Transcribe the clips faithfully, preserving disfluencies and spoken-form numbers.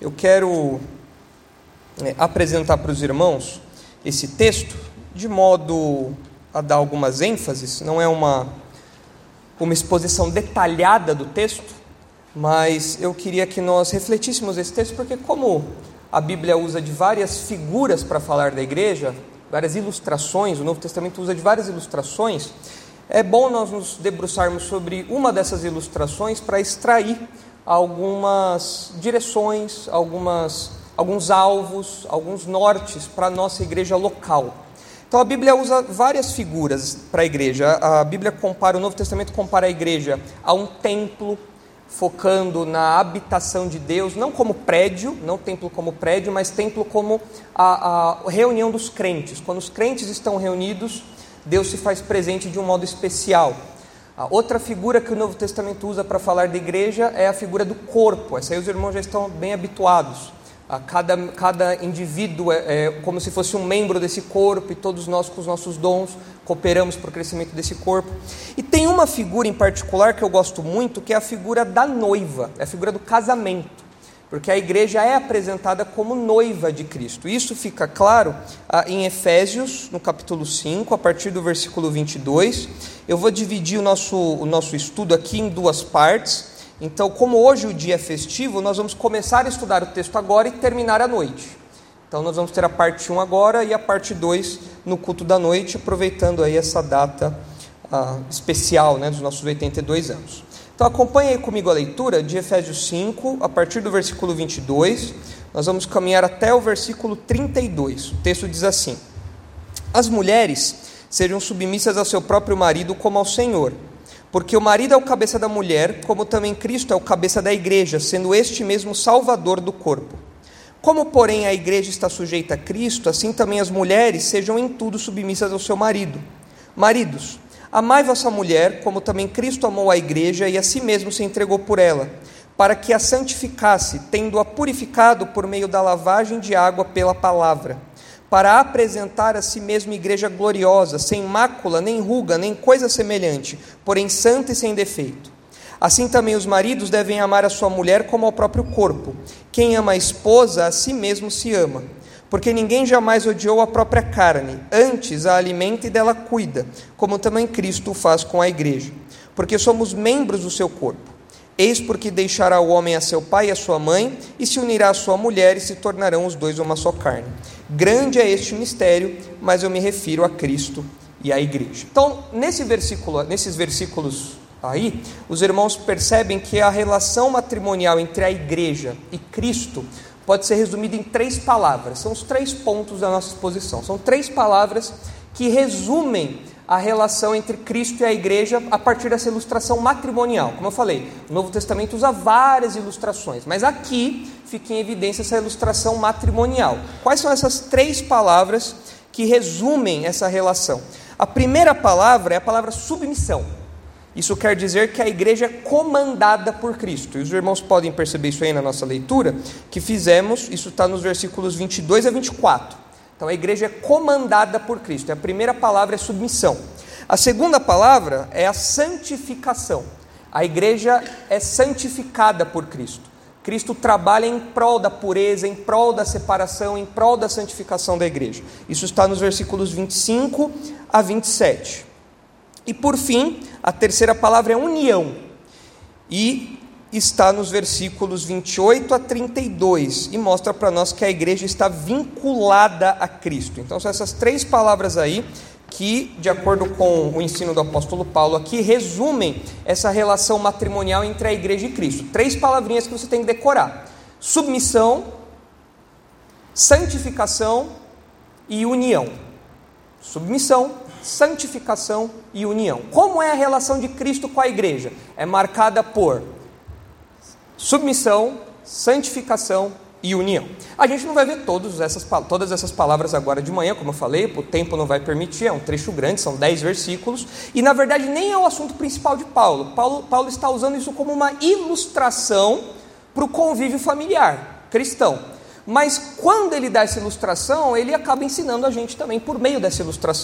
eu quero é, apresentar para os irmãos esse texto de modo a dar algumas ênfases. Não é uma, uma exposição detalhada do texto, mas eu queria que nós refletíssemos esse texto, porque como a Bíblia usa de várias figuras para falar da igreja, várias ilustrações, o Novo Testamento usa de várias ilustrações, é bom nós nos debruçarmos sobre uma dessas ilustrações para extrair algumas direções, algumas, alguns alvos, alguns nortes para a nossa igreja local. Então a Bíblia usa várias figuras para a igreja. A Bíblia compara, o Novo Testamento compara a igreja a um templo, focando na habitação de Deus, não como prédio, não templo como prédio, mas templo como a, a reunião dos crentes. Quando os crentes estão reunidos, Deus se faz presente de um modo especial. A outra figura que o Novo Testamento usa para falar da igreja é a figura do corpo. Essa aí os irmãos já estão bem habituados. A cada, cada indivíduo é, é como se fosse um membro desse corpo, e todos nós com os nossos dons cooperamos para o crescimento desse corpo. E tem uma figura em particular que eu gosto muito, que é a figura da noiva, é a figura do casamento, porque a igreja é apresentada como noiva de Cristo. Isso fica claro ah, em Efésios, no capítulo cinco, a partir do versículo vinte e dois. Eu vou dividir o nosso, o nosso estudo aqui em duas partes. Então, como hoje o dia é festivo, nós vamos começar a estudar o texto agora e terminar à noite. Então, nós vamos ter a parte um agora e a parte dois no culto da noite, aproveitando aí essa data ah, especial, né, dos nossos oitenta e dois anos. Então, acompanhe aí comigo a leitura de Efésios cinco, a partir do versículo vinte e dois. Nós vamos caminhar até o versículo trinta e dois. O texto diz assim: As mulheres sejam submissas ao seu próprio marido como ao Senhor. Porque o marido é o cabeça da mulher, como também Cristo é o cabeça da igreja, sendo este mesmo salvador do corpo. Como, porém, a igreja está sujeita a Cristo, assim também as mulheres sejam em tudo submissas ao seu marido. Maridos, amai vossa mulher, como também Cristo amou a igreja e a si mesmo se entregou por ela, para que a santificasse, tendo-a purificado por meio da lavagem de água pela palavra, para apresentar a si mesmo igreja gloriosa, sem mácula, nem ruga, nem coisa semelhante, porém santa e sem defeito. Assim também os maridos devem amar a sua mulher como ao próprio corpo. Quem ama a esposa, a si mesmo se ama. Porque ninguém jamais odiou a própria carne, antes a alimenta e dela cuida, como também Cristo o faz com a igreja. Porque somos membros do seu corpo. Eis porque deixará o homem a seu pai e a sua mãe, e se unirá à sua mulher, e se tornarão os dois uma só carne. Grande é este mistério, mas eu me refiro a Cristo e à igreja. Então, nesse versículo, nesses versículos aí, os irmãos percebem que a relação matrimonial entre a igreja e Cristo pode ser resumida em três palavras. São os três pontos da nossa exposição. São três palavras que resumem a relação entre Cristo e a igreja a partir dessa ilustração matrimonial. Como eu falei, o Novo Testamento usa várias ilustrações, mas aqui fica em evidência essa ilustração matrimonial. Quais são essas três palavras que resumem essa relação? A primeira palavra é a palavra submissão. Isso quer dizer que a igreja é comandada por Cristo. E os irmãos podem perceber isso aí na nossa leitura, que fizemos, isso está nos versículos vinte e dois a vinte e quatro. Então a igreja é comandada por Cristo. A primeira palavra é submissão. A segunda palavra é a santificação. A igreja é santificada por Cristo. Cristo trabalha em prol da pureza, em prol da separação, em prol da santificação da igreja. Isso está nos versículos vinte e cinco a vinte e sete. E por fim, a terceira palavra é união. E está nos versículos vinte e oito a trinta e dois, e mostra para nós que a igreja está vinculada a Cristo. Então são essas três palavras aí que, de acordo com o ensino do apóstolo Paulo aqui, resumem essa relação matrimonial entre a igreja e Cristo. Três palavrinhas que você tem que decorar: submissão, santificação e união. Submissão, santificação e união. Como é a relação de Cristo com a igreja? É marcada por submissão, santificação e união. A gente não vai ver todas essas, todas essas palavras agora de manhã, como eu falei, o tempo não vai permitir, é um trecho grande, são dez versículos, e na verdade nem é o assunto principal de Paulo. Paulo, Paulo está usando isso como uma ilustração para o convívio familiar cristão. Mas quando ele dá essa ilustração, ele acaba ensinando a gente também por meio dessa ilustração.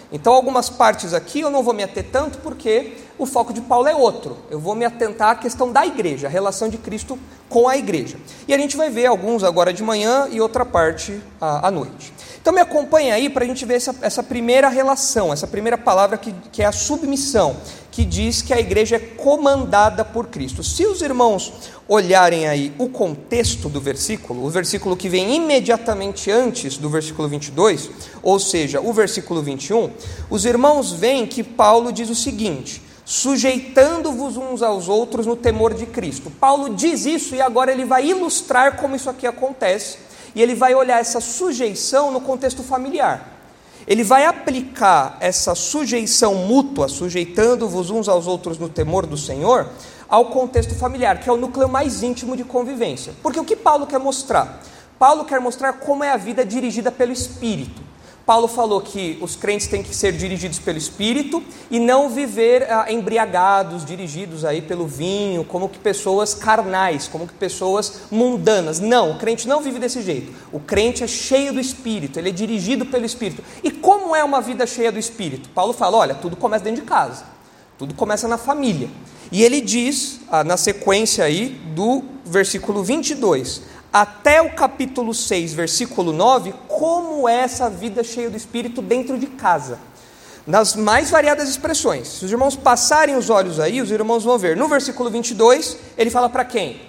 Então, algumas partes aqui eu não vou me ater tanto, porque o foco de Paulo é outro. Eu vou me atentar à questão da igreja, a relação de Cristo com a igreja. E a gente vai ver alguns agora de manhã e outra parte à, à noite. Então, me acompanha aí para a gente ver essa, essa primeira relação, essa primeira palavra que, que é a submissão, que diz que a igreja é comandada por Cristo. Se os irmãos olharem aí o contexto do versículo, o versículo que vem imediatamente antes do versículo vinte e dois, ou seja, o versículo vinte e um, os irmãos veem que Paulo diz o seguinte: sujeitando-vos uns aos outros no temor de Cristo. Paulo diz isso e agora ele vai ilustrar como isso aqui acontece, e ele vai olhar essa sujeição no contexto familiar. Ele vai aplicar essa sujeição mútua, sujeitando-vos uns aos outros no temor do Senhor, ao contexto familiar, que é o núcleo mais íntimo de convivência. Porque o que Paulo quer mostrar? Paulo quer mostrar como é a vida dirigida pelo Espírito. Paulo falou que os crentes têm que ser dirigidos pelo Espírito e não viver ah, embriagados, dirigidos aí pelo vinho, como que pessoas carnais, como que pessoas mundanas. Não, o crente não vive desse jeito. O crente é cheio do Espírito, ele é dirigido pelo Espírito. E como é uma vida cheia do Espírito? Paulo fala, olha, tudo começa dentro de casa, tudo começa na família. E ele diz, ah, na sequência aí do versículo vinte e dois, até o capítulo seis, versículo nove, como é essa vida cheia do Espírito dentro de casa, nas mais variadas expressões. Se os irmãos passarem os olhos aí, os irmãos vão ver, no versículo vinte e dois, ele fala para quem?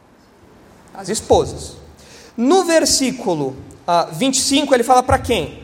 As esposas. No versículo ah, vinte e cinco, ele fala para quem?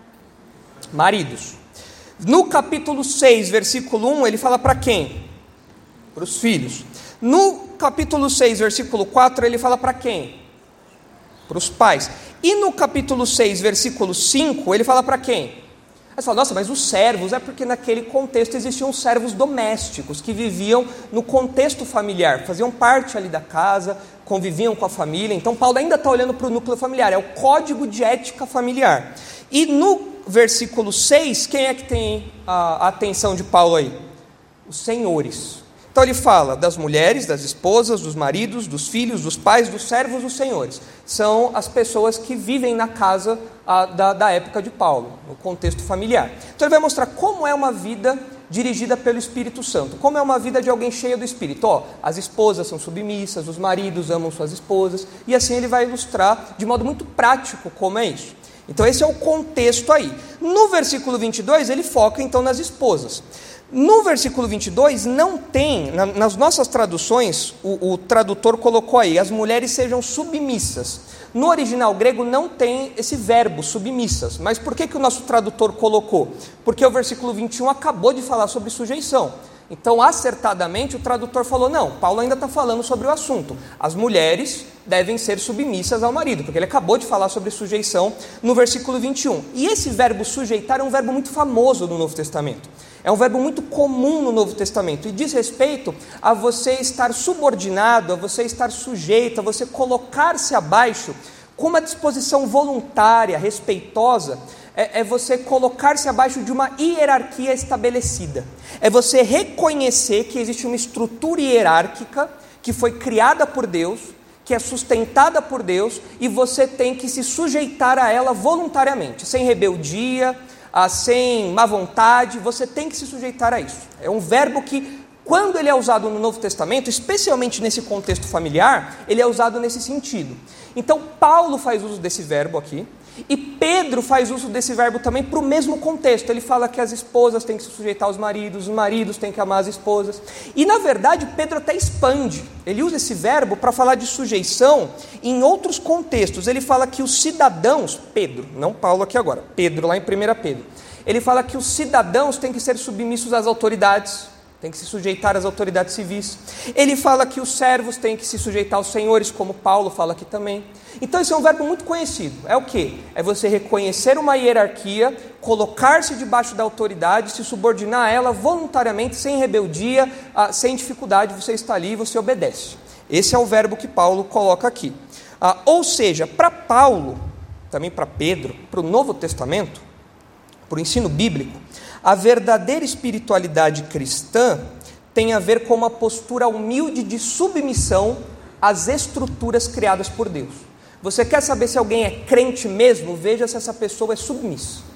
Maridos. No capítulo seis, versículo um, ele fala para quem? Para os filhos. No capítulo seis, versículo quatro, ele fala para quem? Para os pais. E no capítulo seis, versículo cinco, ele fala para quem? Aí você fala, nossa, mas os servos, é porque naquele contexto existiam servos domésticos, que viviam no contexto familiar, faziam parte ali da casa, conviviam com a família. Então Paulo ainda está olhando para o núcleo familiar, é o código de ética familiar. E no versículo seis, quem é que tem a atenção de Paulo aí? Os senhores. Então ele fala das mulheres, das esposas, dos maridos, dos filhos, dos pais, dos servos, dos senhores. São as pessoas que vivem na casa a, da, da época de Paulo, no contexto familiar. Então ele vai mostrar como é uma vida dirigida pelo Espírito Santo, como é uma vida de alguém cheia do Espírito. Ó, as esposas são submissas, os maridos amam suas esposas, e assim ele vai ilustrar de modo muito prático como é isso. Então esse é o contexto aí. No versículo vinte e dois ele foca então nas esposas. No versículo vinte e dois não tem, na, nas nossas traduções, o, o tradutor colocou aí, as mulheres sejam submissas. No original grego não tem esse verbo, submissas. Mas por que, que o nosso tradutor colocou? Porque o versículo vinte e um acabou de falar sobre sujeição. Então, acertadamente, o tradutor falou, não, Paulo ainda está falando sobre o assunto. As mulheres devem ser submissas ao marido, porque ele acabou de falar sobre sujeição no versículo vinte e um. E esse verbo sujeitar é um verbo muito famoso no Novo Testamento. É um verbo muito comum no Novo Testamento e diz respeito a você estar subordinado, a você estar sujeito, a você colocar-se abaixo com uma disposição voluntária, respeitosa. É, é você colocar-se abaixo de uma hierarquia estabelecida. É você reconhecer que existe uma estrutura hierárquica que foi criada por Deus, que é sustentada por Deus, e você tem que se sujeitar a ela voluntariamente, sem rebeldia, ah, sem má vontade, você tem que se sujeitar a isso. É um verbo que, quando ele é usado no Novo Testamento, especialmente nesse contexto familiar, ele é usado nesse sentido. Então, Paulo faz uso desse verbo aqui, e Pedro faz uso desse verbo também para o mesmo contexto. Ele fala que as esposas têm que se sujeitar aos maridos, os maridos têm que amar as esposas. E na verdade Pedro até expande. Ele usa esse verbo para falar de sujeição em outros contextos. Ele fala que os cidadãos, Pedro, não Paulo aqui agora, Pedro lá em primeira Pedro. Ele fala que os cidadãos têm que ser submissos às autoridades, têm que se sujeitar às autoridades civis. Ele fala que os servos têm que se sujeitar aos senhores, como Paulo fala aqui também. Então esse é um verbo muito conhecido. É o quê? É você reconhecer uma hierarquia, colocar-se debaixo da autoridade, se subordinar a ela voluntariamente, sem rebeldia, ah, sem dificuldade, você está ali e você obedece. Esse é o verbo que Paulo coloca aqui. Ah, ou seja, para Paulo, também para Pedro, para o Novo Testamento, para o ensino bíblico, a verdadeira espiritualidade cristã tem a ver com uma postura humilde de submissão às estruturas criadas por Deus. Você quer saber se alguém é crente mesmo? Veja se essa pessoa é submissa.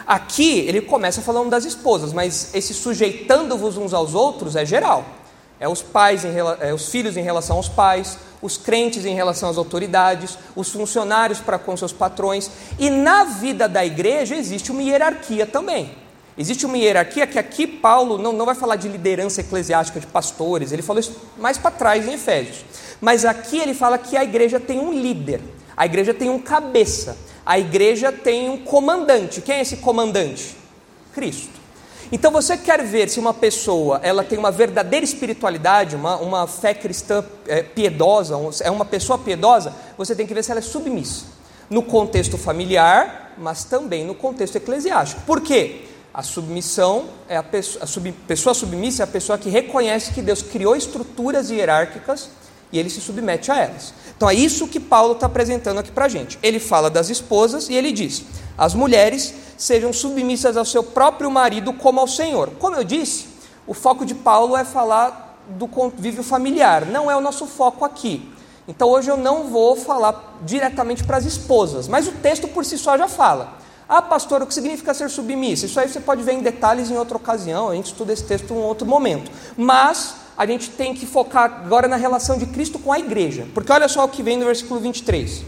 Aqui ele começa falando das esposas, mas esse sujeitando-vos uns aos outros é geral. É os pais, em, é os filhos em relação aos pais, os crentes em relação às autoridades, os funcionários para com seus patrões. E na vida da igreja existe uma hierarquia também. Existe uma hierarquia que aqui Paulo não, não vai falar de liderança eclesiástica, de pastores, ele falou isso mais para trás em Efésios. Mas aqui ele fala que a igreja tem um líder, a igreja tem um cabeça, a igreja tem um comandante. Quem é esse comandante? Cristo. Então você quer ver se uma pessoa ela tem uma verdadeira espiritualidade, uma, uma fé cristã é, piedosa, é uma pessoa piedosa, você tem que ver se ela é submissa. No contexto familiar, mas também no contexto eclesiástico. Por quê? A submissão, é a, pessoa, a sub, pessoa submissa é a pessoa que reconhece que Deus criou estruturas hierárquicas e ele se submete a elas. Então é isso que Paulo está apresentando aqui para a gente. Ele fala das esposas e ele diz: as mulheres sejam submissas ao seu próprio marido como ao Senhor. Como eu disse, o foco de Paulo é falar do convívio familiar, não é o nosso foco aqui. Então hoje eu não vou falar diretamente para as esposas, mas o texto por si só já fala. Ah, pastor, o que significa ser submissa? Isso aí você pode ver em detalhes em outra ocasião, a gente estuda esse texto em um outro momento. Mas a gente tem que focar agora na relação de Cristo com a igreja, porque olha só o que vem no versículo vinte e três.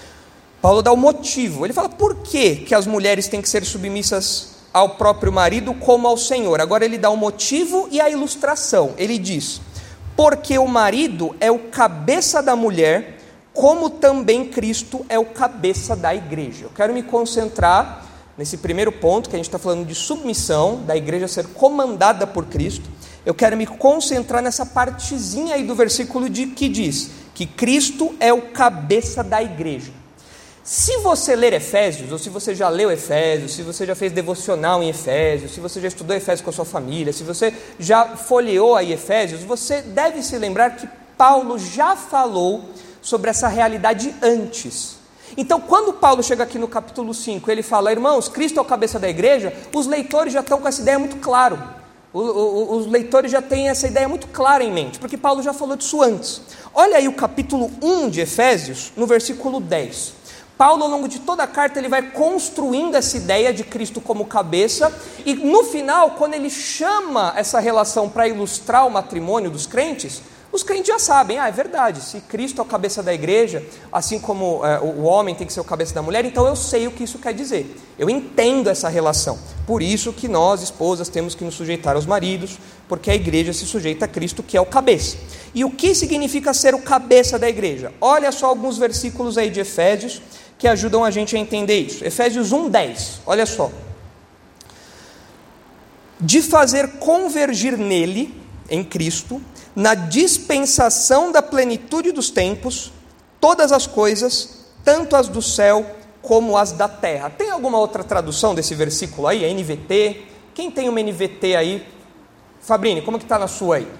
Paulo dá o motivo, ele fala por que, que as mulheres têm que ser submissas ao próprio marido como ao Senhor. Agora ele dá o motivo e a ilustração. Ele diz: porque o marido é o cabeça da mulher, como também Cristo é o cabeça da igreja. Eu quero me concentrar nesse primeiro ponto, que a gente está falando de submissão, da igreja ser comandada por Cristo. Eu quero me concentrar nessa partezinha aí do versículo de, que diz que Cristo é o cabeça da igreja. Se você ler Efésios, ou se você já leu Efésios, se você já fez devocional em Efésios, se você já estudou Efésios com a sua família, se você já folheou aí Efésios, você deve se lembrar que Paulo já falou sobre essa realidade antes. Então, quando Paulo chega aqui no capítulo cinco, ele fala: irmãos, Cristo é o cabeça da igreja, os leitores já estão com essa ideia muito clara. O, o, os leitores já têm essa ideia muito clara em mente, porque Paulo já falou disso antes. Olha aí o capítulo um de Efésios, no versículo dez. Paulo, ao longo de toda a carta, ele vai construindo essa ideia de Cristo como cabeça, e no final, quando ele chama essa relação para ilustrar o matrimônio dos crentes, os crentes já sabem: ah, é verdade, se Cristo é o cabeça da igreja, assim como é, o homem tem que ser o cabeça da mulher, então eu sei o que isso quer dizer, eu entendo essa relação. Por isso que nós, esposas, temos que nos sujeitar aos maridos, porque a igreja se sujeita a Cristo, que é o cabeça. E o que significa ser o cabeça da igreja? Olha só alguns versículos aí de Efésios, que ajudam a gente a entender isso. Efésios um, dez, olha só: de fazer convergir nele, em Cristo, na dispensação da plenitude dos tempos, todas as coisas, tanto as do céu como as da terra. Tem alguma outra tradução desse versículo aí? A N V T? Quem tem uma N V T aí? Fabrini, como que está na sua aí?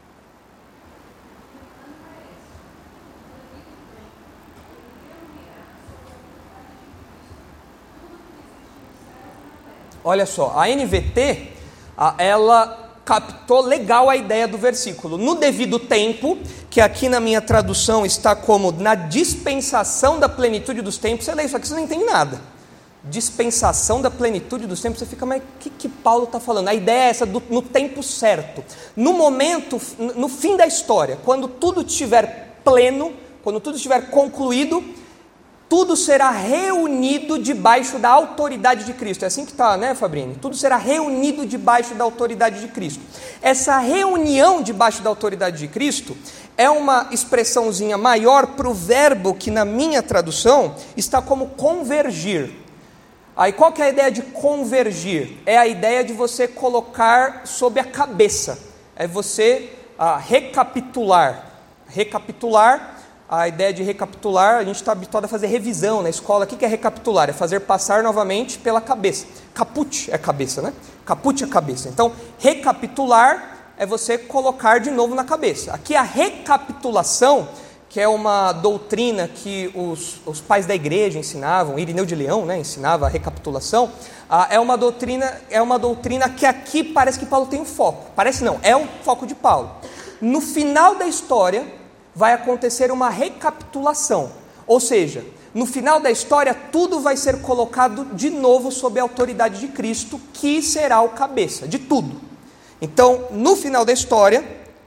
Olha só, a N V T, ela captou legal a ideia do versículo. No devido tempo, que aqui na minha tradução está como na dispensação da plenitude dos tempos. Você lê isso aqui, você não entende nada. Dispensação da plenitude dos tempos, você fica: mas o que, que Paulo está falando? A ideia é essa, do, no tempo certo, no momento, no fim da história, quando tudo estiver pleno, quando tudo estiver concluído, tudo será reunido debaixo da autoridade de Cristo. É assim que está, né, Fabrini? Tudo será reunido debaixo da autoridade de Cristo. Essa reunião debaixo da autoridade de Cristo é uma expressãozinha maior para o verbo que na minha tradução está como convergir. Aí qual que é a ideia de convergir? É a ideia de você colocar sob a cabeça. É você ah, recapitular. Recapitular. A ideia de recapitular, a gente está habituado a fazer revisão na escola. O que é recapitular? É fazer passar novamente pela cabeça. Caput é cabeça, né? Caput é cabeça. Então, recapitular é você colocar de novo na cabeça. Aqui a recapitulação, que é uma doutrina que os, os pais da igreja ensinavam, Irineu de Leão, né, ensinava a recapitulação, ah, é, uma doutrina, é uma doutrina que aqui parece que Paulo tem um foco. Parece não, é o foco de Paulo. No final da história vai acontecer uma recapitulação, ou seja, no final da história, tudo vai ser colocado de novo sob a autoridade de Cristo, que será o cabeça de tudo. Então, no final da história,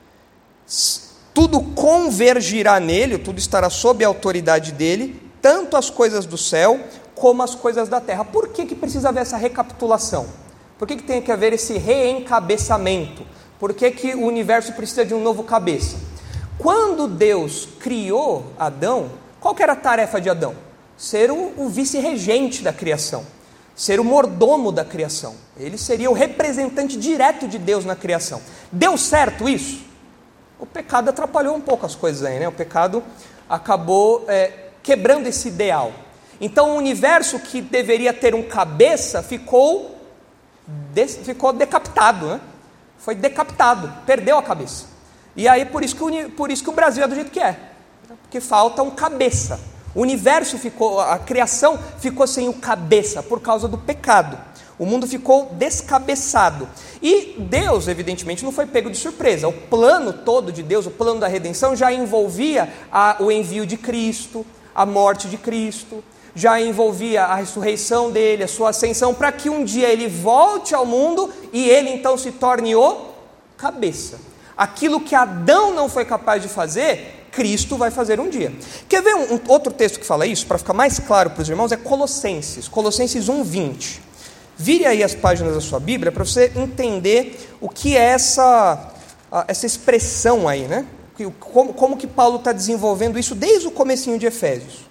tudo convergirá nele, tudo estará sob a autoridade dele, tanto as coisas do céu como as coisas da terra. Por que que precisa haver essa recapitulação? Por que que tem que haver esse reencabeçamento? Por que que o universo precisa de um novo cabeça? Quando Deus criou Adão, qual que era a tarefa de Adão? Ser o, o vice-regente da criação, ser o mordomo da criação. Ele seria o representante direto de Deus na criação. Deu certo isso? O pecado atrapalhou um pouco as coisas aí, né? O pecado acabou é, quebrando esse ideal. Então o universo que deveria ter um cabeça ficou, de, ficou decapitado, né? Foi decapitado, perdeu a cabeça. E aí por isso, que o, por isso que o Brasil é do jeito que é, porque falta um cabeça. O universo ficou, a criação ficou sem o cabeça por causa do pecado. O mundo ficou descabeçado. E Deus, evidentemente, não foi pego de surpresa. O plano todo de Deus, o plano da redenção, já envolvia a, o envio de Cristo, a morte de Cristo, já envolvia a ressurreição dele, a sua ascensão, para que um dia ele volte ao mundo e ele então se torne o cabeça. Aquilo que Adão não foi capaz de fazer, Cristo vai fazer um dia. Quer ver um, um outro texto que fala isso, para ficar mais claro para os irmãos? É Colossenses, Colossenses um, vinte. Vire aí as páginas da sua Bíblia para você entender o que é essa, essa expressão aí, né? Como, como que Paulo está desenvolvendo isso desde o comecinho de Efésios.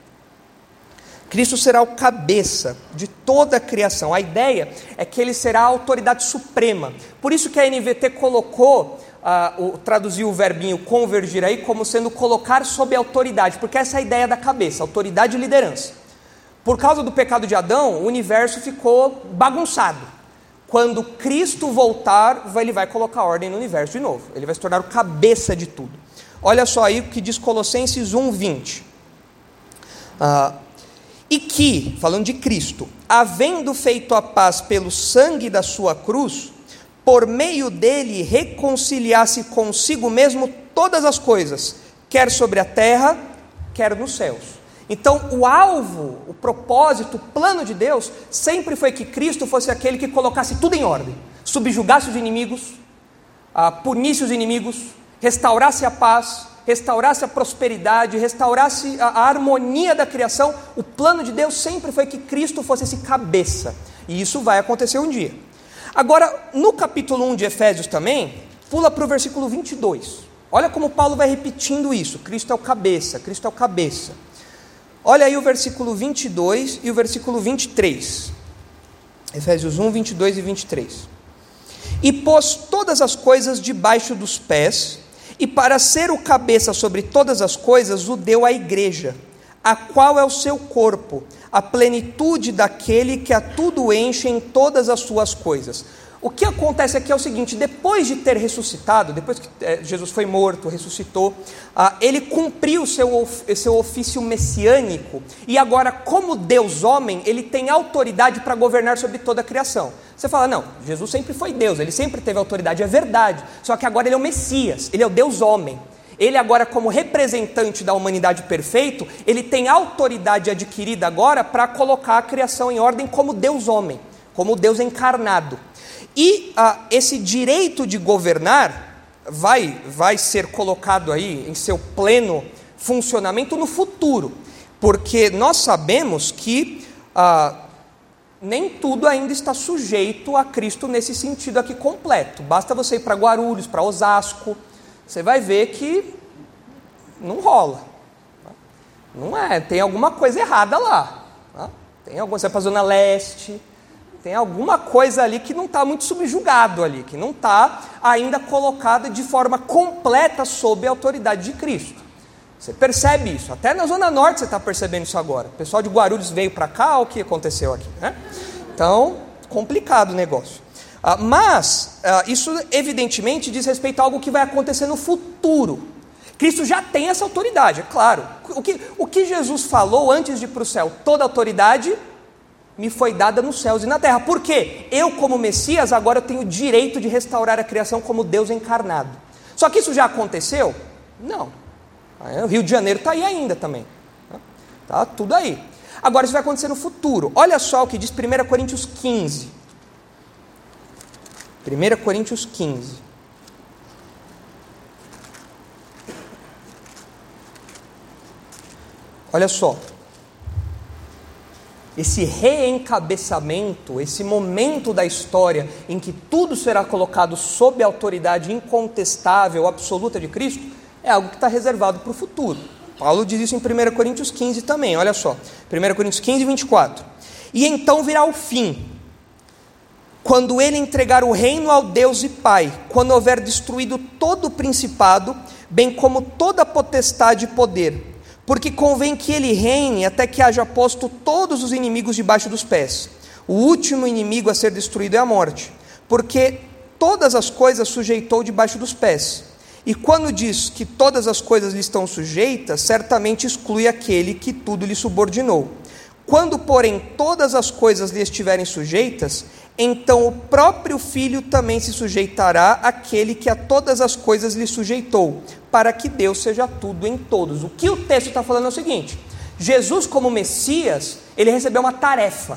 Cristo será o cabeça de toda a criação. A ideia é que ele será a autoridade suprema. Por isso que a N V T colocou, uh, o, traduziu o verbinho convergir aí como sendo colocar sob autoridade, porque essa é a ideia da cabeça, autoridade e liderança. Por causa do pecado de Adão, o universo ficou bagunçado. Quando Cristo voltar, ele vai colocar ordem no universo de novo. Ele vai se tornar o cabeça de tudo. Olha só aí o que diz Colossenses um, vinte. Ah, e que, falando de Cristo, havendo feito a paz pelo sangue da sua cruz, por meio dele reconciliasse consigo mesmo todas as coisas, quer sobre a terra, quer nos céus. Então, o alvo, o propósito, o plano de Deus sempre foi que Cristo fosse aquele que colocasse tudo em ordem, subjugasse os inimigos, ah, punisse os inimigos, restaurasse a paz, restaurasse a prosperidade, restaurasse a, a harmonia da criação. O plano de Deus sempre foi que Cristo fosse esse cabeça, e isso vai acontecer um dia. Agora, no capítulo um de Efésios também, pula para o versículo vinte e dois. Olha como Paulo vai repetindo isso: Cristo é o cabeça, Cristo é o cabeça. Olha aí o versículo vinte e dois e o versículo vinte e três. Efésios um, vinte e dois e vinte e três. E pôs todas as coisas debaixo dos pés, e para ser o cabeça sobre todas as coisas, o deu à igreja, a qual é o seu corpo, a plenitude daquele que a tudo enche em todas as suas coisas. O que acontece aqui é o seguinte: depois de ter ressuscitado, depois que Jesus foi morto, ressuscitou, ele cumpriu o seu, seu ofício messiânico, e agora, como Deus homem, ele tem autoridade para governar sobre toda a criação. Você fala, não, Jesus sempre foi Deus, ele sempre teve autoridade, é verdade, só que agora ele é o Messias, ele é o Deus homem. Ele agora, como representante da humanidade perfeito, ele tem autoridade adquirida agora para colocar a criação em ordem como Deus homem, como Deus encarnado. E ah, esse direito de governar vai, vai ser colocado aí em seu pleno funcionamento no futuro, porque nós sabemos que ah, nem tudo ainda está sujeito a Cristo nesse sentido aqui completo. Basta você ir para Guarulhos, para Osasco, você vai ver que não rola. Não é, tem alguma coisa errada lá. Tem alguma, você vai para a Zona Leste, tem alguma coisa ali que não está muito subjugado ali, que não está ainda colocada de forma completa sob a autoridade de Cristo. Você percebe isso, até na Zona Norte você está percebendo isso agora. O pessoal de Guarulhos veio para cá, o que aconteceu aqui, né? Então, complicado o negócio. Ah, mas, ah, isso evidentemente diz respeito a algo que vai acontecer no futuro. Cristo já tem essa autoridade, é claro. O que, o que Jesus falou antes de ir para o céu? Toda autoridade me foi dada nos céus e na terra. Por quê? Eu, como Messias, agora eu tenho o direito de restaurar a criação como Deus encarnado. Só que isso já aconteceu? Não. O Rio de Janeiro está aí ainda também. Está tudo aí. Agora isso vai acontecer no futuro. Olha só o que diz primeira Coríntios quinze. primeira Coríntios quinze. Olha só. Esse reencabeçamento, esse momento da história em que tudo será colocado sob a autoridade incontestável, absoluta de Cristo, é algo que está reservado para o futuro. Paulo diz isso em primeira Coríntios quinze também, olha só. primeira Coríntios quinze, vinte e quatro. E então virá o fim, quando ele entregar o reino ao Deus e Pai, quando houver destruído todo o principado, bem como toda a potestade e poder, porque convém que ele reine até que haja posto todos os inimigos debaixo dos pés. O último inimigo a ser destruído é a morte, porque todas as coisas sujeitou debaixo dos pés. E quando diz que todas as coisas lhe estão sujeitas, certamente exclui aquele que tudo lhe subordinou. Quando, porém, todas as coisas lhe estiverem sujeitas, então o próprio Filho também se sujeitará àquele que a todas as coisas lhe sujeitou, para que Deus seja tudo em todos. O que o texto está falando é o seguinte: Jesus, como Messias, ele recebeu uma tarefa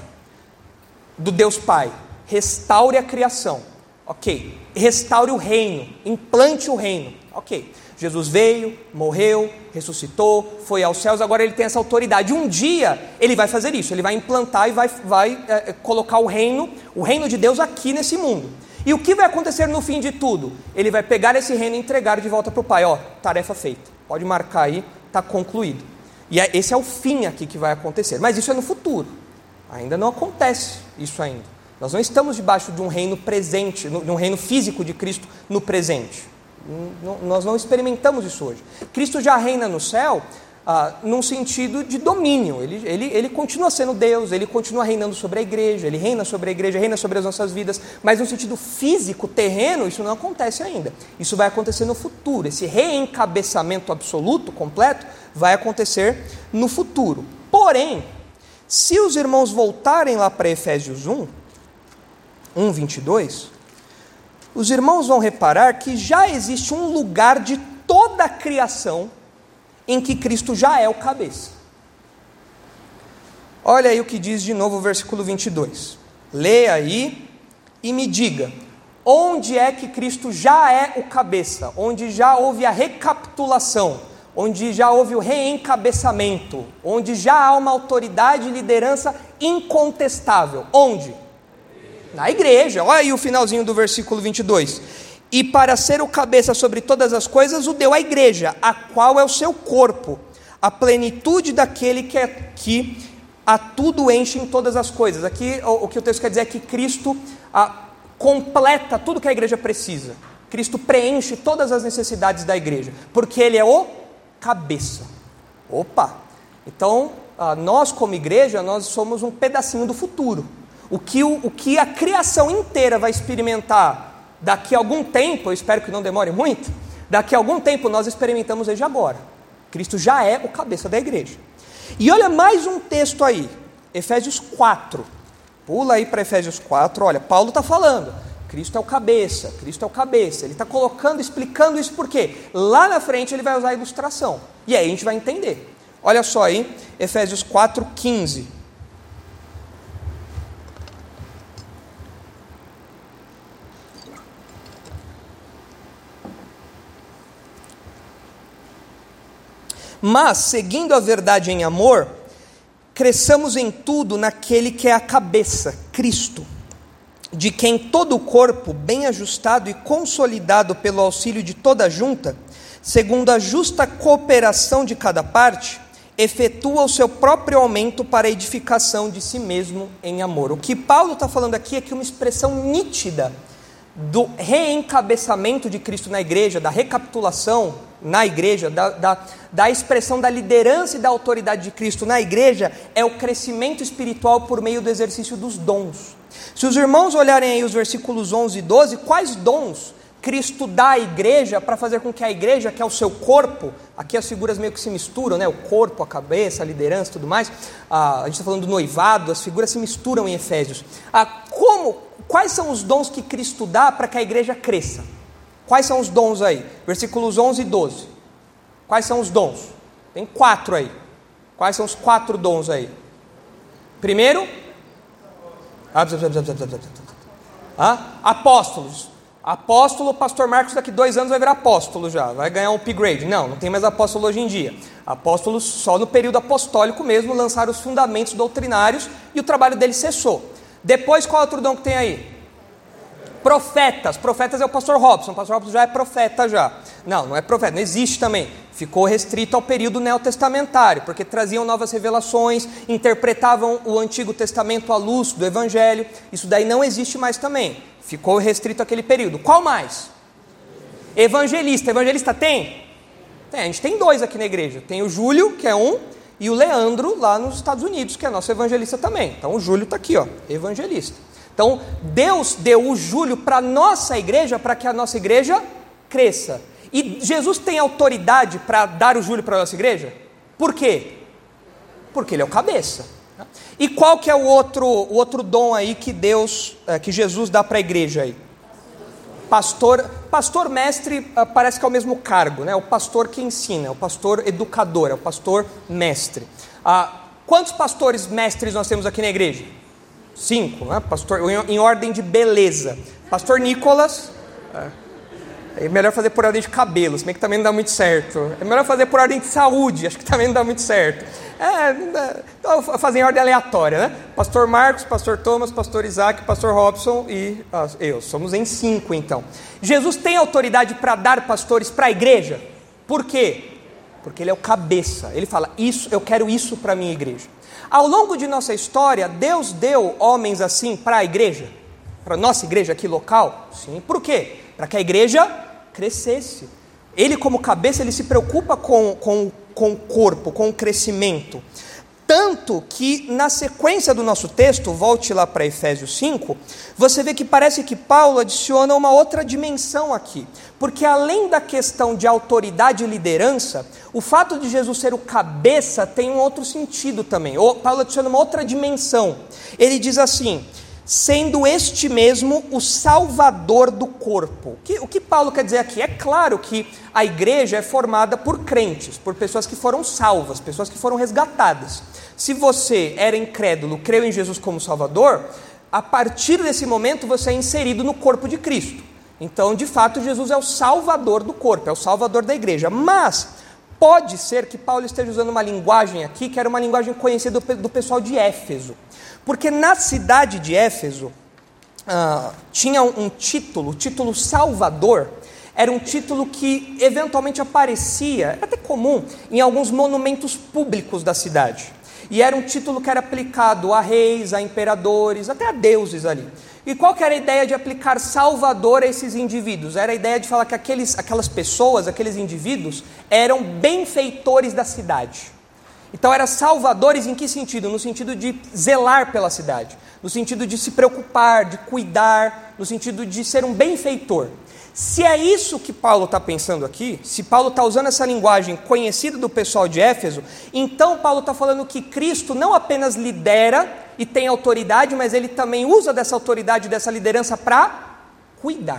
do Deus Pai: restaure a criação. Ok. Restaure o reino, implante o reino. Ok. Jesus veio, morreu, ressuscitou, foi aos céus, agora ele tem essa autoridade. Um dia ele vai fazer isso, ele vai implantar e vai, vai é, colocar o reino, o reino de Deus aqui nesse mundo. E o que vai acontecer no fim de tudo? Ele vai pegar esse reino e entregar de volta para o Pai. Ó, tarefa feita, pode marcar aí, está concluído. E é, esse é o fim aqui que vai acontecer, mas isso é no futuro, ainda não acontece isso ainda. Nós não estamos debaixo de um reino presente, de um reino físico de Cristo no presente. Nós não experimentamos isso hoje. Cristo já reina no céu ah, num sentido de domínio. Ele, ele, ele continua sendo Deus, ele continua reinando sobre a igreja, ele reina sobre a igreja, reina sobre as nossas vidas, mas no sentido físico, terreno, isso não acontece ainda. Isso vai acontecer no futuro. Esse reencabeçamento absoluto, completo, vai acontecer no futuro. Porém, se os irmãos voltarem lá para Efésios um, um, vinte e dois, os irmãos vão reparar que já existe um lugar de toda a criação em que Cristo já é o cabeça. Olha aí o que diz de novo o versículo vinte e dois. Leia aí e me diga, onde é que Cristo já é o cabeça? Onde já houve a recapitulação, onde já houve o reencabeçamento, onde já há uma autoridade e liderança incontestável. Onde? Na igreja. Olha aí o finalzinho do versículo vinte e dois. E para ser o cabeça sobre todas as coisas, o deu à igreja, a qual é o seu corpo, a plenitude daquele que, é, que a tudo enche em todas as coisas. Aqui o, o que o texto quer dizer é que Cristo a, completa tudo que a igreja precisa. Cristo preenche todas as necessidades da igreja, porque Ele é o cabeça. Opa! Então, a, nós como igreja, nós somos um pedacinho do futuro. O que, o, o que a criação inteira vai experimentar daqui a algum tempo, eu espero que não demore muito, daqui a algum tempo nós experimentamos desde agora. Cristo já é o cabeça da igreja. E olha mais um texto aí, Efésios quatro. Pula aí para Efésios quatro, olha, Paulo está falando, Cristo é o cabeça, Cristo é o cabeça. Ele está colocando, explicando isso porque lá na frente ele vai usar a ilustração. E aí a gente vai entender. Olha só aí, Efésios quatro, quinze. Mas, seguindo a verdade em amor, cresçamos em tudo naquele que é a cabeça, Cristo, de quem todo o corpo, bem ajustado e consolidado pelo auxílio de toda a junta, segundo a justa cooperação de cada parte, efetua o seu próprio aumento para a edificação de si mesmo em amor. O que Paulo está falando aqui é que uma expressão nítida do reencabeçamento de Cristo na igreja, da recapitulação na igreja, da, da, da expressão da liderança e da autoridade de Cristo na igreja, é o crescimento espiritual por meio do exercício dos dons. Se os irmãos olharem aí os versículos onze e doze, quais dons Cristo dá à igreja para fazer com que a igreja, que é o seu corpo, aqui as figuras meio que se misturam, né? O corpo, a cabeça, a liderança e tudo mais, ah, a gente está falando do noivado, as figuras se misturam em Efésios. Ah, como, quais são os dons que Cristo dá para que a igreja cresça? Quais são os dons aí? Versículos onze e doze. Quais são os dons? Tem quatro aí. Quais são os quatro dons aí? Primeiro, ah, apóstolos. Apóstolo, o pastor Marcos daqui dois anos vai virar apóstolo já, vai ganhar um upgrade. Não, não tem mais apóstolo hoje em dia. Apóstolos só no período apostólico mesmo lançaram os fundamentos doutrinários e o trabalho deles cessou. Depois, qual outro dom que tem aí? Profetas. Profetas é o pastor Robson. O pastor Robson já é profeta já. Não, não é profeta, não existe também. Ficou restrito ao período neotestamentário, porque traziam novas revelações, interpretavam o Antigo Testamento à luz do Evangelho. Isso daí não existe mais também. Ficou restrito àquele período. Qual mais? Evangelista. Evangelista tem? Tem. A gente tem dois aqui na igreja. Tem o Júlio, que é um, e o Leandro, lá nos Estados Unidos, que é nosso evangelista também. Então o Júlio está aqui, ó, evangelista. Então Deus deu o Júlio para a nossa igreja, para que a nossa igreja cresça. E Jesus tem autoridade para dar o Júlio para a nossa igreja? Por quê? Porque ele é o cabeça. E qual que é o outro, o outro dom aí que Deus, que Jesus dá para a igreja aí? Pastor, pastor mestre, parece que é o mesmo cargo, né? O pastor que ensina, é o pastor educador, é o pastor mestre. Ah, quantos pastores mestres nós temos aqui na igreja? Cinco, né? Pastor, em ordem de beleza. Pastor Nicolas, é melhor fazer por ordem de cabelo, se bem que também não dá muito certo. É melhor fazer por ordem de saúde, acho que também não dá muito certo. É, então fazer em ordem aleatória, né? Pastor Marcos, pastor Thomas, pastor Isaac, pastor Robson e ah, eu. Somos em cinco, então. Jesus tem autoridade para dar pastores para a igreja? Por quê? Porque ele é o cabeça. Ele fala, isso, eu quero isso para a minha igreja. Ao longo de nossa história, Deus deu homens assim para a igreja? Para a nossa igreja aqui local? Sim. Por quê? Para que a igreja crescesse. Ele, como cabeça, ele se preocupa com, com, com o corpo, com o crescimento. Tanto que, na sequência do nosso texto, volte lá para Efésios cinco, você vê que parece que Paulo adiciona uma outra dimensão aqui. Porque além da questão de autoridade e liderança, o fato de Jesus ser o cabeça tem um outro sentido também. O Paulo adiciona uma outra dimensão. Ele diz assim, sendo este mesmo o salvador do corpo. O que, o que Paulo quer dizer aqui? É claro que a igreja é formada por crentes, por pessoas que foram salvas, pessoas que foram resgatadas. Se você era incrédulo, creu em Jesus como Salvador, a partir desse momento você é inserido no corpo de Cristo. Então, de fato, Jesus é o salvador do corpo, é o salvador da igreja. Mas pode ser que Paulo esteja usando uma linguagem aqui, que era uma linguagem conhecida do pessoal de Éfeso. Porque na cidade de Éfeso, ah, tinha um título, o título Salvador, era um título que eventualmente aparecia, era até comum, em alguns monumentos públicos da cidade. E era um título que era aplicado a reis, a imperadores, até a deuses ali. E qual que era a ideia de aplicar Salvador a esses indivíduos? Era a ideia de falar que aqueles, aquelas pessoas, aqueles indivíduos, eram benfeitores da cidade. Então, eram salvadores em que sentido? No sentido de zelar pela cidade, no sentido de se preocupar, de cuidar, no sentido de ser um benfeitor. Se é isso que Paulo está pensando aqui, se Paulo está usando essa linguagem conhecida do pessoal de Éfeso, então Paulo está falando que Cristo não apenas lidera e tem autoridade, mas ele também usa dessa autoridade, dessa liderança para cuidar,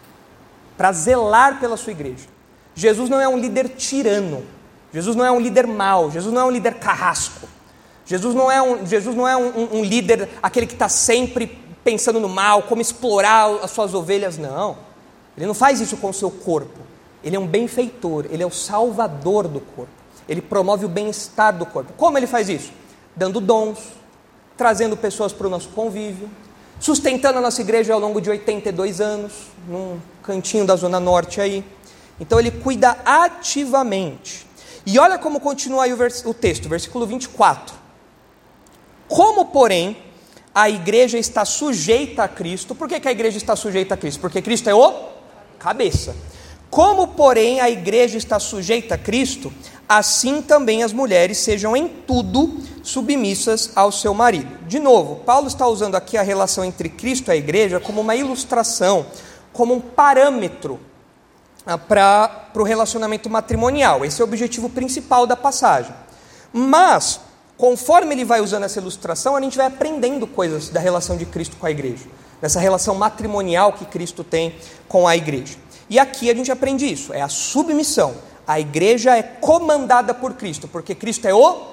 para zelar pela sua igreja. Jesus não é um líder tirano, Jesus não é um líder mau, Jesus não é um líder carrasco, Jesus não é um, Jesus não é um, um, um líder, aquele que está sempre pensando no mal, como explorar as suas ovelhas, não. Ele não faz isso com o seu corpo, ele é um benfeitor, ele é o salvador do corpo, ele promove o bem-estar do corpo. Como ele faz isso? Dando dons, trazendo pessoas para o nosso convívio, sustentando a nossa igreja ao longo de oitenta e dois anos, num cantinho da Zona Norte aí. Então ele cuida ativamente. E olha como continua aí o, vers- o texto, versículo vinte e quatro. Como, porém, a igreja está sujeita a Cristo. Por que, que a igreja está sujeita a Cristo? Porque Cristo é o cabeça. Como, porém, a igreja está sujeita a Cristo, assim também as mulheres sejam em tudo submissas ao seu marido. De novo, Paulo está usando aqui a relação entre Cristo e a igreja como uma ilustração, como um parâmetro ah, para o relacionamento matrimonial. Esse é o objetivo principal da passagem. Mas, conforme ele vai usando essa ilustração, a gente vai aprendendo coisas da relação de Cristo com a igreja, dessa relação matrimonial que Cristo tem com a igreja. E aqui a gente aprende isso, é a submissão. A igreja é comandada por Cristo, porque Cristo é o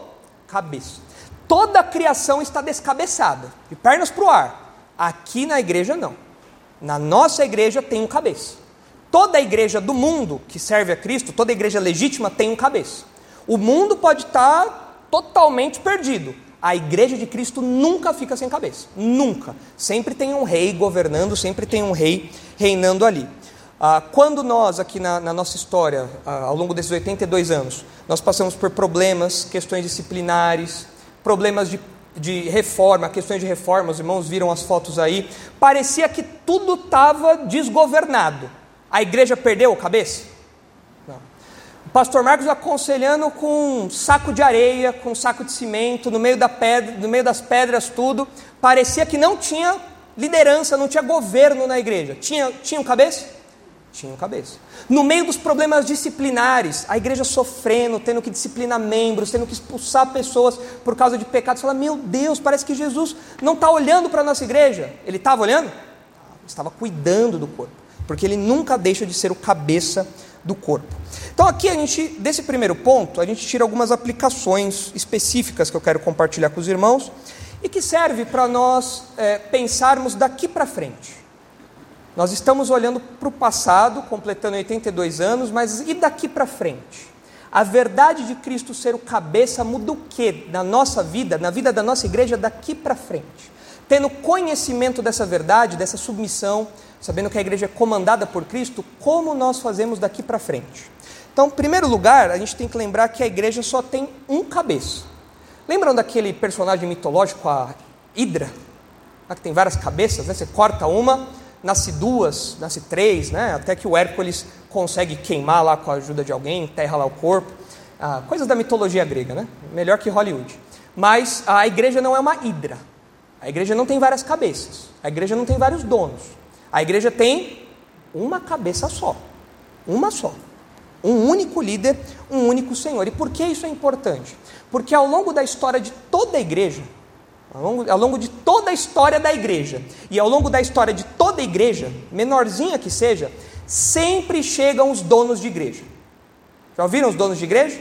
cabeça. Toda a criação está descabeçada, de pernas para o ar. Aqui na igreja não. Na nossa igreja tem um cabeça. Toda a igreja do mundo que serve a Cristo, toda a igreja legítima tem um cabeça. O mundo pode estar totalmente perdido. A igreja de Cristo nunca fica sem cabeça. Nunca. Sempre tem um rei governando, sempre tem um rei reinando ali. Ah, quando nós, aqui na, na nossa história, ah, ao longo desses oitenta e dois anos, nós passamos por problemas, questões disciplinares, problemas de, de reforma, questões de reforma, os irmãos viram as fotos aí, parecia que tudo estava desgovernado. A igreja perdeu a cabeça? Não. O pastor Marcos aconselhando com um saco de areia, com um saco de cimento, no meio, da pedra, no meio das pedras tudo, parecia que não tinha liderança, não tinha governo na igreja. Tinha, tinha um cabeça? Tinham cabeça. No meio dos problemas disciplinares, a igreja sofrendo, tendo que disciplinar membros, tendo que expulsar pessoas por causa de pecados. Você fala, meu Deus, parece que Jesus não está olhando para a nossa igreja. Ele estava olhando? Estava cuidando do corpo, porque ele nunca deixa de ser o cabeça do corpo. Então aqui a gente, desse primeiro ponto, a gente tira algumas aplicações específicas que eu quero compartilhar com os irmãos e que serve para nós é, pensarmos daqui para frente. Nós estamos olhando para o passado, completando oitenta e dois anos, mas e daqui para frente? A verdade de Cristo ser o cabeça muda o que na nossa vida, na vida da nossa igreja daqui para frente? Tendo conhecimento dessa verdade, dessa submissão, sabendo que a igreja é comandada por Cristo, como nós fazemos daqui para frente? Então, em primeiro lugar, a gente tem que lembrar que a igreja só tem um cabeça. Lembram daquele personagem mitológico, a Hidra? Que tem várias cabeças, né? Você corta uma, nasce duas, nasce três, né? Até que o Hércules consegue queimar lá com a ajuda de alguém, enterra lá o corpo. Ah, coisas da mitologia grega, né? Melhor que Hollywood. Mas a igreja não é uma hidra. A igreja não tem várias cabeças. A igreja não tem vários donos. A igreja tem uma cabeça só. Uma só. Um único líder, um único Senhor. E por que isso é importante? Porque ao longo da história de toda a igreja, Ao longo, ao longo de toda a história da igreja, e ao longo da história de toda a igreja, menorzinha que seja, sempre chegam os donos de igreja. Já ouviram os donos de igreja?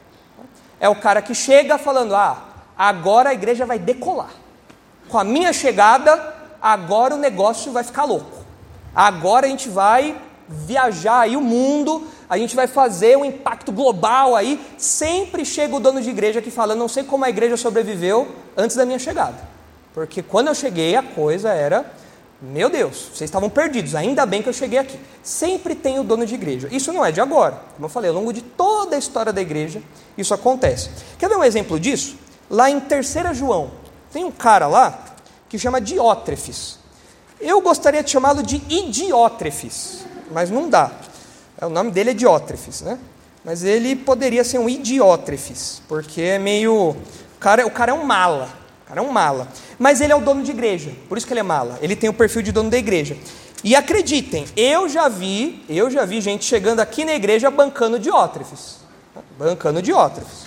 É o cara que chega falando, ah, agora a igreja vai decolar. Com a minha chegada, agora o negócio vai ficar louco. Agora a gente vai viajar aí o mundo, a gente vai fazer um impacto global aí. Sempre chega o dono de igreja que fala, não sei como a igreja sobreviveu antes da minha chegada, porque quando eu cheguei a coisa era, meu Deus, vocês estavam perdidos, ainda bem que eu cheguei aqui. Sempre tem o dono de igreja. Isso não é de agora, como eu falei, ao longo de toda a história da igreja isso acontece. Quer ver um exemplo disso? Lá em terceira João, tem um cara lá que chama Diótrefes. Eu gostaria de chamá-lo de Idiótrefes, mas não dá. O nome dele é Diótrefes, né? Mas ele poderia ser um Idiótrefes, porque é meio... O cara, o cara é um mala, o cara é um mala. Mas ele é o dono de igreja, por isso que ele é mala. Ele tem o perfil de dono da igreja. E acreditem, eu já vi, eu já vi gente chegando aqui na igreja bancando Diótrefes. Bancando Diótrefes.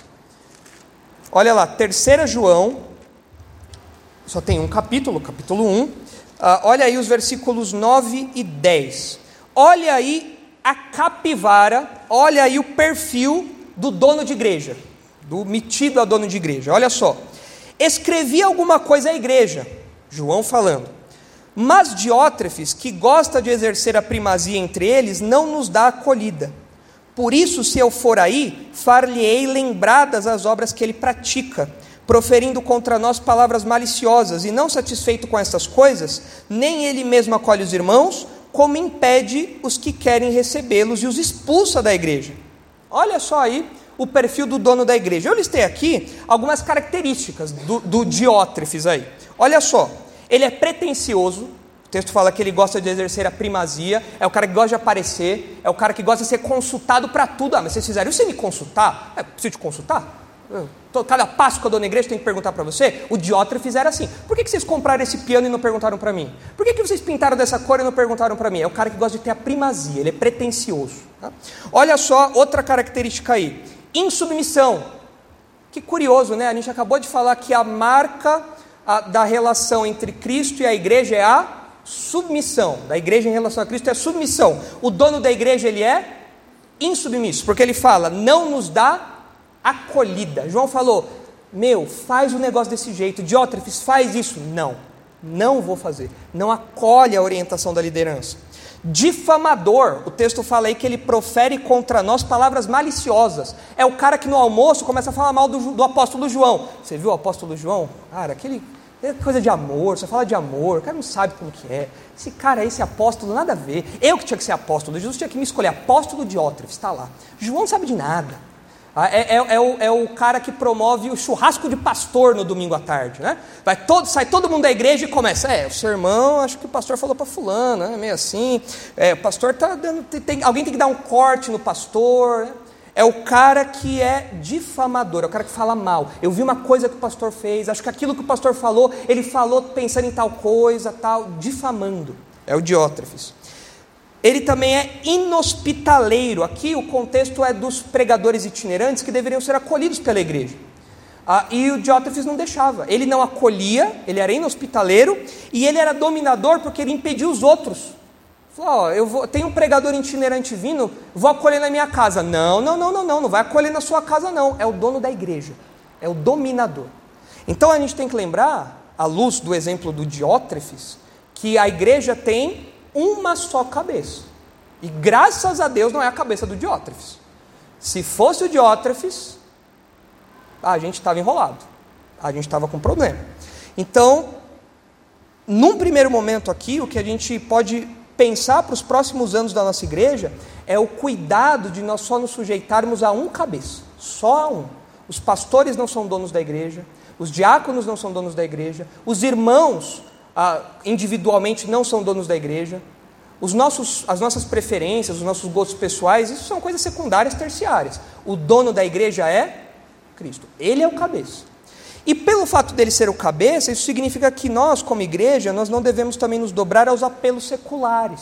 Olha lá, terceira João, só tem um capítulo, capítulo um. Ah, olha aí os versículos nove e dez. Olha aí a capivara, olha aí o perfil do dono de igreja, do metido a dono de igreja. Olha só, escrevi alguma coisa à igreja, João falando, mas Diótrefes, que gosta de exercer a primazia entre eles, não nos dá acolhida. Por isso, se eu for aí, far-lhe-ei lembradas as obras que ele pratica, proferindo contra nós palavras maliciosas, e não satisfeito com estas coisas, nem ele mesmo acolhe os irmãos, como impede os que querem recebê-los e os expulsa da igreja. Olha só aí o perfil do dono da igreja. Eu listei aqui algumas características do, do Diótrefes aí. Olha só, ele é pretensioso, o texto fala que ele gosta de exercer a primazia, é o cara que gosta de aparecer, é o cara que gosta de ser consultado para tudo. Ah, mas vocês fizeram isso sem me consultar? É, preciso te consultar? Cada Páscoa, dona igreja, tem que perguntar para você. O Diótrefes era assim. Por que que vocês compraram esse piano e não perguntaram para mim? Por que que vocês pintaram dessa cor e não perguntaram para mim? É o cara que gosta de ter a primazia, ele é pretensioso, tá? Olha só outra característica aí, insubmissão. Que curioso, né? A gente acabou de falar que a marca a, da relação entre Cristo e a igreja é a submissão. Da igreja em relação a Cristo é a submissão. O dono da igreja, ele é insubmisso, porque ele fala, não nos dá acolhida. João falou, meu, faz o negócio desse jeito, Diótrefes, faz isso. Não, não vou fazer. Não acolhe a orientação da liderança. Difamador, o texto fala aí que ele profere contra nós palavras maliciosas. É o cara que no almoço começa a falar mal do, do apóstolo João. Você viu o apóstolo João? Cara, aquele, é coisa de amor, você fala de amor, o cara não sabe como que é. Esse cara, esse apóstolo, nada a ver. Eu que tinha que ser apóstolo, Jesus tinha que me escolher, apóstolo Diótrefes, está lá. João não sabe de nada. É, é, é, o, é o cara que promove o churrasco de pastor no domingo à tarde, né? Vai todo, sai todo mundo da igreja e começa, é, o sermão, acho que o pastor falou para fulano, né? Meio assim, é, o pastor está dando, tem, alguém tem que dar um corte no pastor, né? É o cara que é difamador, é o cara que fala mal. Eu vi uma coisa que o pastor fez, acho que aquilo que o pastor falou, ele falou pensando em tal coisa, tal, difamando. É o Diótrefes. Ele também é inhospitaleiro. Aqui o contexto é dos pregadores itinerantes que deveriam ser acolhidos pela igreja. Ah, e o Diótrefes não deixava. Ele não acolhia, ele era inhospitaleiro e ele era dominador porque ele impedia os outros. Falou, ó, eu vou, tem um pregador itinerante vindo, vou acolher na minha casa. Não, não, não, não, não, não vai acolher na sua casa não. É o dono da igreja, é o dominador. Então a gente tem que lembrar, à luz do exemplo do Diótrefes, que a igreja tem uma só cabeça. E graças a Deus não é a cabeça do Diótrefes. Se fosse o Diótrefes, a gente estava enrolado. A gente estava com problema. Então, num primeiro momento aqui, o que a gente pode pensar para os próximos anos da nossa igreja é o cuidado de nós só nos sujeitarmos a um cabeça. Só a um. Os pastores não são donos da igreja. Os diáconos não são donos da igreja. Os irmãos Ah, individualmente não são donos da igreja, os nossos, as nossas preferências, os nossos gostos pessoais, isso são coisas secundárias, terciárias. O dono da igreja é Cristo, ele é o cabeça. E pelo fato dele ser o cabeça, isso significa que nós, como igreja, nós não devemos também nos dobrar aos apelos seculares.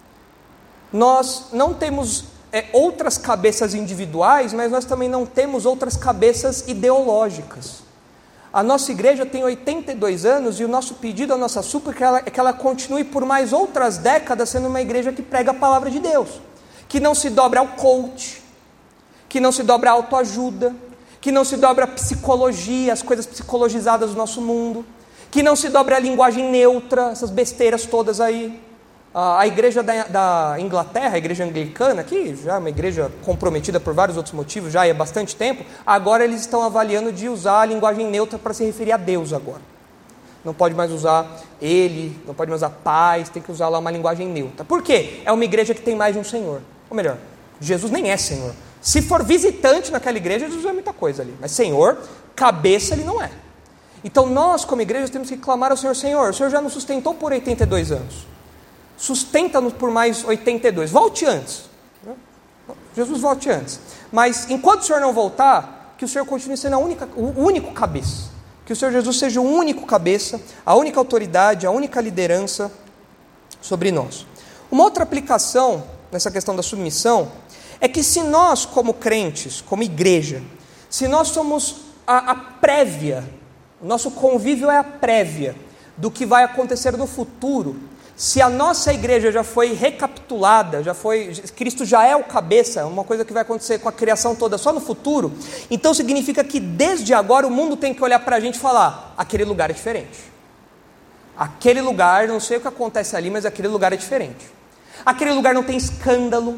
Nós não temos é, outras cabeças individuais, mas nós também não temos outras cabeças ideológicas. A nossa igreja tem oitenta e dois anos e o nosso pedido, a nossa súplica é que ela, é que ela continue por mais outras décadas sendo uma igreja que prega a palavra de Deus, que não se dobra ao coach, que não se dobra à autoajuda, que não se dobra à psicologia, as coisas psicologizadas do nosso mundo, que não se dobra à linguagem neutra, essas besteiras todas aí. A igreja da, da Inglaterra, a igreja anglicana, que já é uma igreja comprometida por vários outros motivos, já há bastante tempo, agora eles estão avaliando de usar a linguagem neutra para se referir a Deus agora. Não pode mais usar ele, não pode mais usar paz, tem que usar lá uma linguagem neutra. Por quê? É uma igreja que tem mais de um Senhor. Ou melhor, Jesus nem é Senhor. Se for visitante naquela igreja, Jesus é muita coisa ali. Mas Senhor, cabeça ele não é. Então nós, como igreja, temos que clamar ao Senhor, Senhor, o Senhor já nos sustentou por oitenta e dois anos. Sustenta-nos por mais oitenta e dois. Volte antes. Jesus volte antes. Mas enquanto o Senhor não voltar, que o Senhor continue sendo a única, o único cabeça. Que o Senhor Jesus seja o único cabeça, a única autoridade, a única liderança sobre nós. Uma outra aplicação nessa questão da submissão é que se nós, como crentes, como igreja, se nós somos a, a prévia, o nosso convívio é a prévia do que vai acontecer no futuro. Se a nossa igreja já foi recapitulada, já foi, Cristo já é o cabeça, uma coisa que vai acontecer com a criação toda só no futuro, então significa que desde agora o mundo tem que olhar para a gente e falar, aquele lugar é diferente. Aquele lugar, não sei o que acontece ali, mas aquele lugar é diferente. Aquele lugar não tem escândalo.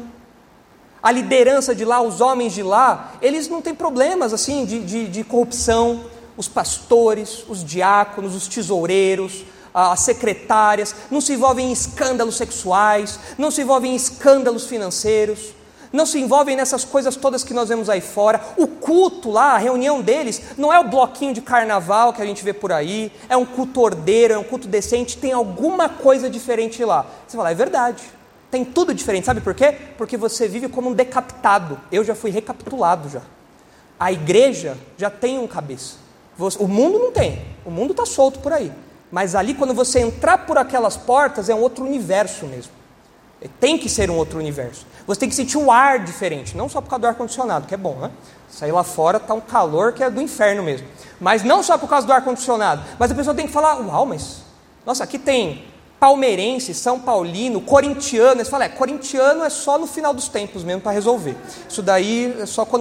A liderança de lá, os homens de lá, eles não têm problemas assim de, de, de corrupção. Os pastores, os diáconos, os tesoureiros, as secretárias, não se envolvem em escândalos sexuais, não se envolvem em escândalos financeiros, não se envolvem nessas coisas todas que nós vemos aí fora. O culto lá, a reunião deles, não é o bloquinho de carnaval que a gente vê por aí, é um culto ordeiro, é um culto decente, tem alguma coisa diferente lá. Você fala, é verdade, tem tudo diferente, sabe por quê? Porque você vive como um decapitado. Eu já fui recapitulado já. A igreja já tem um cabeça, o mundo não tem, o mundo está solto por aí. Mas ali, quando você entrar por aquelas portas, é um outro universo mesmo. Tem que ser um outro universo. Você tem que sentir um ar diferente, não só por causa do ar-condicionado, que é bom, né? Sair lá fora está um calor que é do inferno mesmo. Mas não só por causa do ar-condicionado. Mas a pessoa tem que falar, uau, mas... Nossa, aqui tem palmeirense, São Paulino, corintiano. Você fala, é, corintiano é só no final dos tempos mesmo para resolver. Isso daí é só quando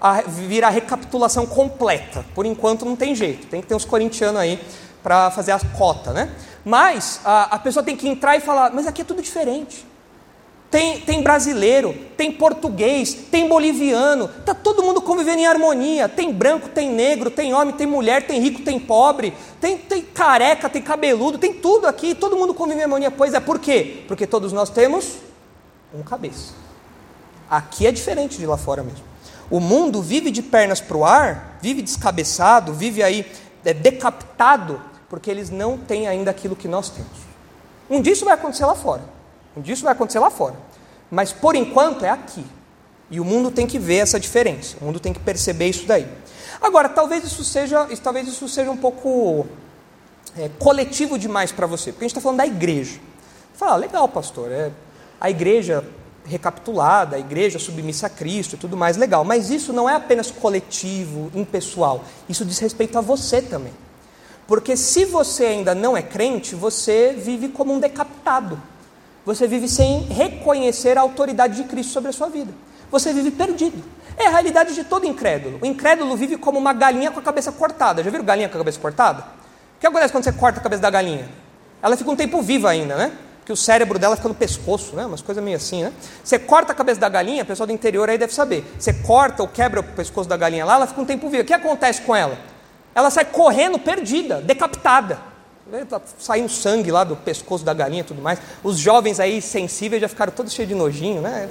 a vir a recapitulação completa. Por enquanto não tem jeito, tem que ter uns corintianos aí para fazer a cota, né? Mas a, a pessoa tem que entrar e falar, mas aqui é tudo diferente. Tem, tem brasileiro, tem português, tem boliviano, está todo mundo convivendo em harmonia, tem branco, tem negro, tem homem, tem mulher, tem rico, tem pobre, tem, tem careca, tem cabeludo, tem tudo aqui, todo mundo convive em harmonia. Pois é, por quê? Porque todos nós temos um cabeça. Aqui é diferente de lá fora mesmo. O mundo vive de pernas para o ar, vive descabeçado, vive aí é, decapitado, porque eles não têm ainda aquilo que nós temos. Um dia isso vai acontecer lá fora. Um dia isso vai acontecer lá fora. Mas por enquanto é aqui. E o mundo tem que ver essa diferença. O mundo tem que perceber isso daí. Agora, talvez isso seja, talvez isso seja um pouco é, coletivo demais para você. Porque a gente está falando da igreja. Você fala, ah, legal, pastor. É, a igreja recapitulada, a igreja submissa a Cristo e tudo mais, legal. Mas isso não é apenas coletivo, impessoal. Isso diz respeito a você também. Porque se você ainda não é crente, você vive como um decapitado. Você vive sem reconhecer a autoridade de Cristo sobre a sua vida. Você vive perdido. É a realidade de todo incrédulo. O incrédulo vive como uma galinha com a cabeça cortada. Já viram galinha com a cabeça cortada? O que acontece quando você corta a cabeça da galinha? Ela fica um tempo viva ainda, né? Porque o cérebro dela fica no pescoço, né? Umas coisas meio assim, né? Você corta a cabeça da galinha, a pessoa do interior aí deve saber. Você corta ou quebra o pescoço da galinha lá, ela fica um tempo viva. O que acontece com ela? Ela sai correndo perdida, decapitada. Está saindo sangue lá do pescoço da galinha e tudo mais. Os jovens aí sensíveis já ficaram todos cheios de nojinho, né?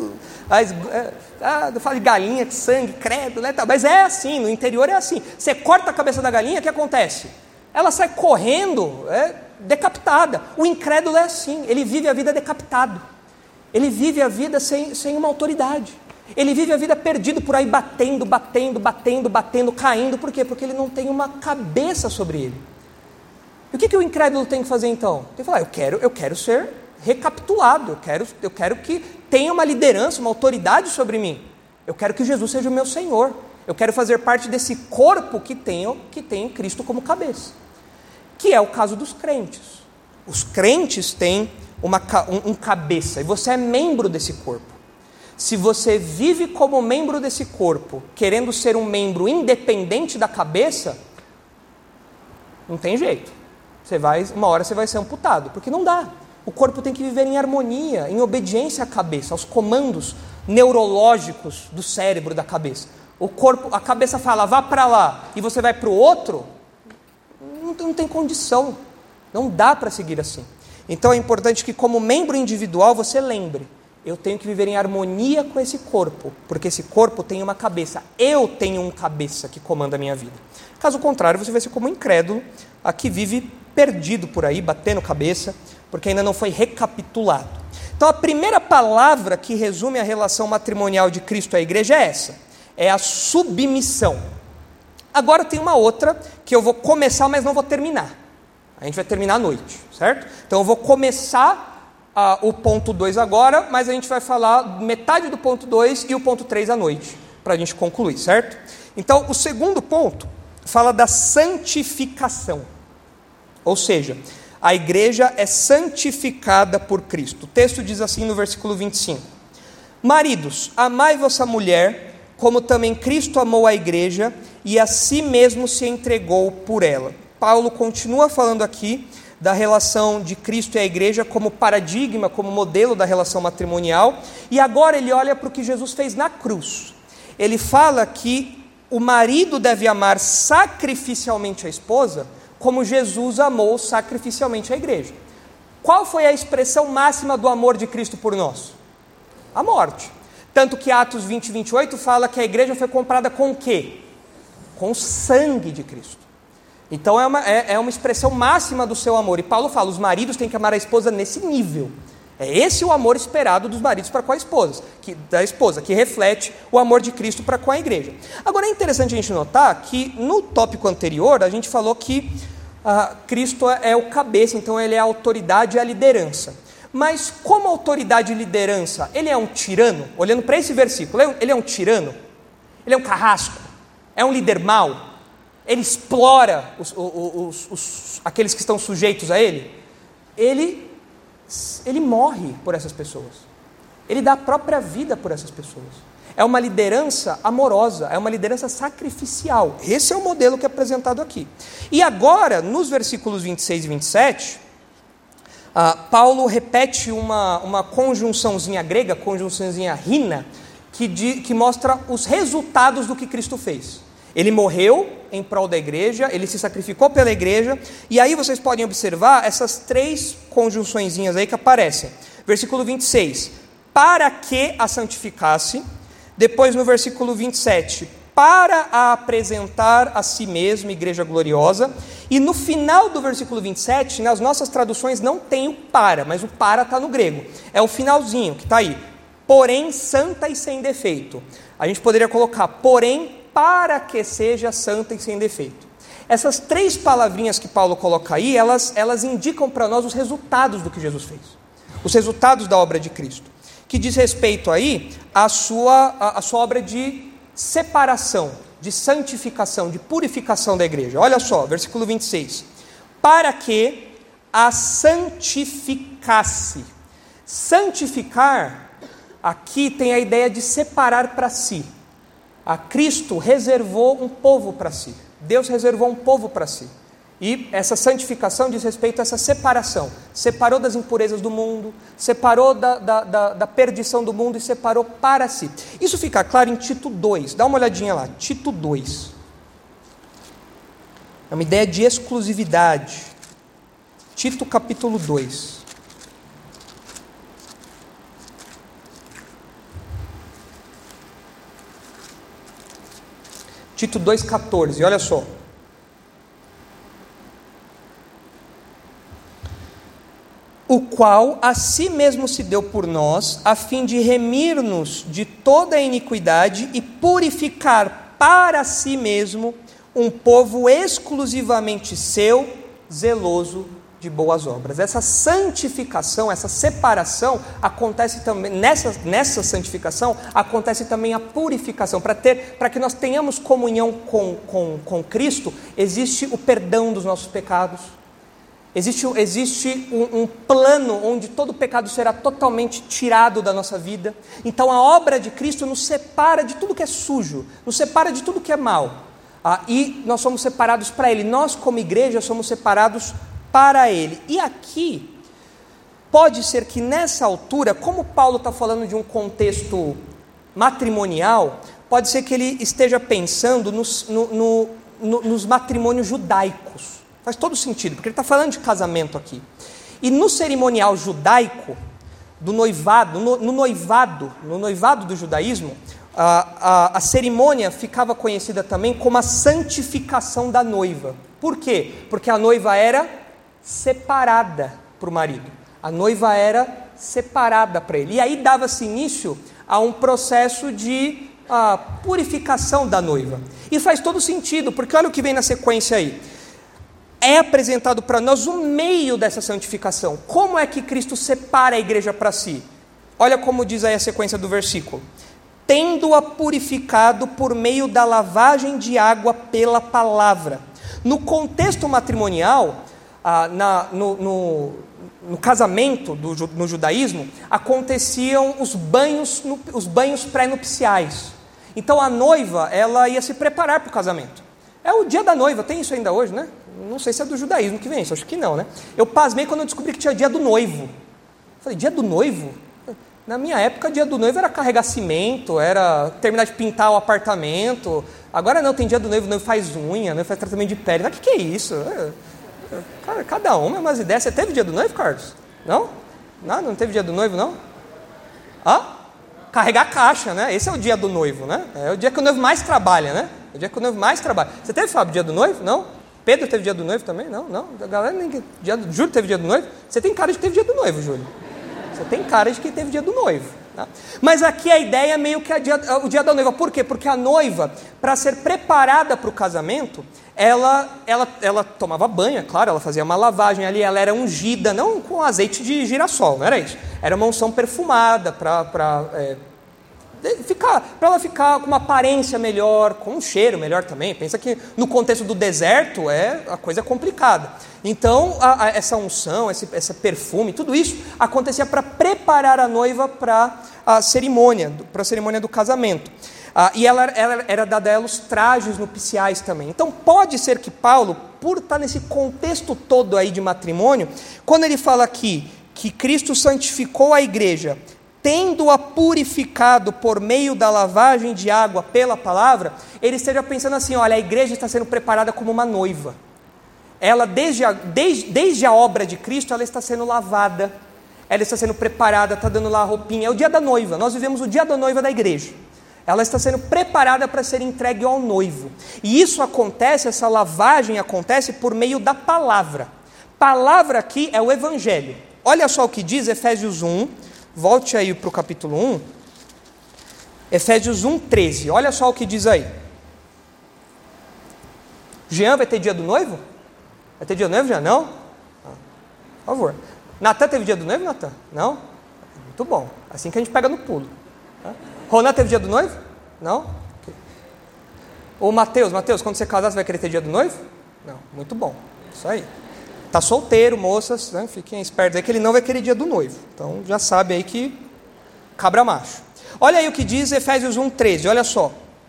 Ah, eu falo de galinha, de sangue, credo, né? Mas é assim, no interior é assim. Você corta a cabeça da galinha, o que acontece? Ela sai correndo, é, decapitada. O incrédulo é assim, ele vive a vida decapitado. Ele vive a vida sem, sem uma autoridade. Ele vive a vida perdido por aí, batendo, batendo, batendo, batendo, caindo. Por quê? Porque ele não tem uma cabeça sobre ele. E o que, que o incrédulo tem que fazer então? Tem que falar, eu quero, eu quero ser recapitulado, eu quero, eu quero que tenha uma liderança, uma autoridade sobre mim. Eu quero que Jesus seja o meu Senhor. Eu quero fazer parte desse corpo que tem, que tem Cristo como cabeça. Que é o caso dos crentes. Os crentes têm uma, um, um cabeça, e você é membro desse corpo. Se você vive como membro desse corpo, querendo ser um membro independente da cabeça, não tem jeito. Você vai, uma hora você vai ser amputado, porque não dá. O corpo tem que viver em harmonia, em obediência à cabeça, aos comandos neurológicos do cérebro da cabeça. O corpo, a cabeça fala, vá para lá, e você vai para o outro, não, não tem condição. Não dá para seguir assim. Então é importante que, como membro individual, você lembre, eu tenho que viver em harmonia com esse corpo, porque esse corpo tem uma cabeça. Eu tenho um cabeça que comanda a minha vida. Caso contrário, você vai ser como um incrédulo, a que vive perdido por aí, batendo cabeça, porque ainda não foi recapitulado. Então a primeira palavra que resume a relação matrimonial de Cristo à igreja é essa, é a submissão. Agora tem uma outra, que eu vou começar, mas não vou terminar. A gente vai terminar à noite, certo? Então eu vou começar uh, o ponto dois agora, mas a gente vai falar metade do ponto dois e o ponto três à noite, para a gente concluir, certo? Então o segundo ponto fala da santificação. Ou seja, a igreja é santificada por Cristo. O texto diz assim no versículo vinte e cinco. Maridos, amai vossa mulher, como também Cristo amou a igreja e a si mesmo se entregou por ela. Paulo continua falando aqui da relação de Cristo e a igreja como paradigma, como modelo da relação matrimonial. E agora ele olha para o que Jesus fez na cruz. Ele fala que o marido deve amar sacrificialmente a esposa, como Jesus amou sacrificialmente a igreja. Qual foi a expressão máxima do amor de Cristo por nós? A morte. Tanto que Atos vinte, vinte e oito fala que a igreja foi comprada com o quê? Com o sangue de Cristo. Então é uma, é, é uma expressão máxima do seu amor. E Paulo fala, os maridos têm que amar a esposa nesse nível. É esse o amor esperado dos maridos para com a esposa, que, da esposa, que reflete o amor de Cristo para com a igreja. Agora é interessante a gente notar que no tópico anterior a gente falou que ah, Cristo é o cabeça, então ele é a autoridade e a liderança. Mas como autoridade e liderança, ele é um tirano? Olhando para esse versículo, ele é um tirano? Ele é um carrasco? É um líder mau? Ele explora os, os, os, os, aqueles que estão sujeitos a ele? Ele, ele morre por essas pessoas. Ele dá a própria vida por essas pessoas. é uma liderança amorosa, é uma liderança sacrificial. Esse é o modelo que é apresentado aqui. E agora, nos versículos vinte e seis e vinte e sete, uh, Paulo repete uma, uma conjunçãozinha grega, conjunçãozinha rina, que, de, que mostra os resultados do que Cristo fez. Ele morreu em prol da igreja, ele se sacrificou pela igreja, e aí vocês podem observar essas três conjunçõezinhas aí que aparecem. Versículo vinte e seis, para que a santificasse. Depois no versículo vinte e sete, para a apresentar a si mesmo, igreja gloriosa. E no final do versículo vinte e sete, nas nossas traduções não tem o para, mas o para está no grego. É o finalzinho que está aí. Porém, santa e sem defeito. A gente poderia colocar, porém, para que seja santa e sem defeito. Essas três palavrinhas que Paulo coloca aí, elas, elas indicam para nós os resultados do que Jesus fez. Os resultados da obra de Cristo, que diz respeito aí à sua, à, à sua obra de separação, de santificação, de purificação da igreja. Olha só, versículo vinte e seis. Para que a santificasse. Santificar, aqui tem a ideia de separar para si. A Cristo reservou um povo para si. Deus reservou um povo para si. E essa santificação diz respeito a essa separação. Separou das impurezas do mundo, separou da, da, da, da perdição do mundo e separou para si. Isso fica claro em Tito dois. Dá uma olhadinha lá, Tito dois. É uma ideia de exclusividade. Tito capítulo dois. Tito dois, quatorze, olha só. O qual a si mesmo se deu por nós, a fim de remir-nos de toda a iniquidade e purificar para si mesmo um povo exclusivamente seu, zeloso de boas obras. Essa santificação, essa separação, acontece também, nessa, nessa santificação, acontece também a purificação. Para ter, para que nós tenhamos comunhão com, com, com Cristo, existe o perdão dos nossos pecados. Existe, existe um, um plano onde todo pecado será totalmente tirado da nossa vida. Então a obra de Cristo nos separa de tudo que é sujo, nos separa de tudo que é mal. Ah, e nós somos separados para Ele. Nós, como igreja, somos separados para Ele. E aqui, pode ser que nessa altura, como Paulo está falando de um contexto matrimonial, pode ser que ele esteja pensando nos, no, no, no, nos matrimônios judaicos. Faz todo sentido, porque ele está falando de casamento aqui. E no cerimonial judaico, do noivado, no, no noivado, no noivado do judaísmo, a, a, a cerimônia ficava conhecida também como a santificação da noiva. Por quê? Porque a noiva era separada para o marido. A noiva era separada para ele. E aí dava-se início a um processo de a, purificação da noiva. E faz todo sentido, porque olha o que vem na sequência aí. É apresentado para nós o meio dessa santificação. Como é que Cristo separa a igreja para si? Olha como diz aí a sequência do versículo. Tendo-a purificado por meio da lavagem de água pela palavra. No contexto matrimonial, ah, na, no, no, no casamento do, no judaísmo, aconteciam os banhos, os banhos pré-nupciais. Então a noiva, ela ia se preparar para o casamento. É o dia da noiva, tem isso ainda hoje, né? Não sei se é do judaísmo que vem isso, acho que não, né? Eu pasmei quando eu descobri que tinha dia do noivo. Falei, dia do noivo? Na minha época, dia do noivo era carregar cimento, era terminar de pintar o apartamento. Agora não, tem dia do noivo, o noivo faz unha, o noivo faz tratamento de pele. Mas o que, que é isso? Cara, cada um é umas ideias. Você teve dia do noivo, Carlos? Não? Não, não teve dia do noivo, não? Hã? Carregar a caixa, né? Esse é o dia do noivo, né? É o dia que o noivo mais trabalha, né? É o dia que o noivo mais trabalha. Você teve, Fábio, dia do noivo? Não? Pedro teve dia do noivo também? Não, não. A galera nem... Dia do... Júlio teve dia do noivo? Você tem cara de que teve dia do noivo, Júlio. Você tem cara de que teve dia do noivo. Tá? Mas aqui a ideia é meio que a dia, o dia da noiva. Por quê? Porque a noiva, para ser preparada para o casamento, ela, ela, ela tomava banho, é claro, ela fazia uma lavagem ali, ela era ungida, não com azeite de girassol, não era isso. Era uma unção perfumada para... É, Ficar, para ela ficar com uma aparência melhor, com um cheiro melhor também. Pensa que no contexto do deserto é, a coisa é complicada. Então, a, a, essa unção, esse essa perfume, tudo isso acontecia para preparar a noiva para a cerimônia, para a cerimônia do casamento. Ah, e ela, ela era dada a ela os trajes nupciais também. Então pode ser que Paulo, por estar nesse contexto todo aí de matrimônio, quando ele fala aqui que Cristo santificou a igreja, tendo-a purificado por meio da lavagem de água pela palavra, ele esteja pensando assim, olha, a igreja está sendo preparada como uma noiva. Ela, desde a, desde, desde a obra de Cristo, ela está sendo lavada, ela está sendo preparada, está dando lá a roupinha. É o dia da noiva, nós vivemos o dia da noiva da igreja. Ela está sendo preparada para ser entregue ao noivo. E isso acontece, essa lavagem acontece por meio da palavra. Palavra aqui é o evangelho. Olha só o que diz Efésios um, volte aí para o capítulo um, Efésios um, treze, olha só o que diz aí. Jean vai ter dia do noivo? Vai ter dia do noivo, Jean? Não? Ah, por favor. Natan teve dia do noivo, Natan? Não? Muito bom, assim que a gente pega no pulo. Ronan teve dia do noivo? Não? Ô Mateus, Mateus, quando você casar, você vai querer ter dia do noivo? Não, muito bom, isso aí. Está solteiro, moças, né? Fiquem espertos aí que ele não vai querer dia do noivo. Então já sabe aí que cabra macho. Olha aí o que diz Efésios um, treze, olha só.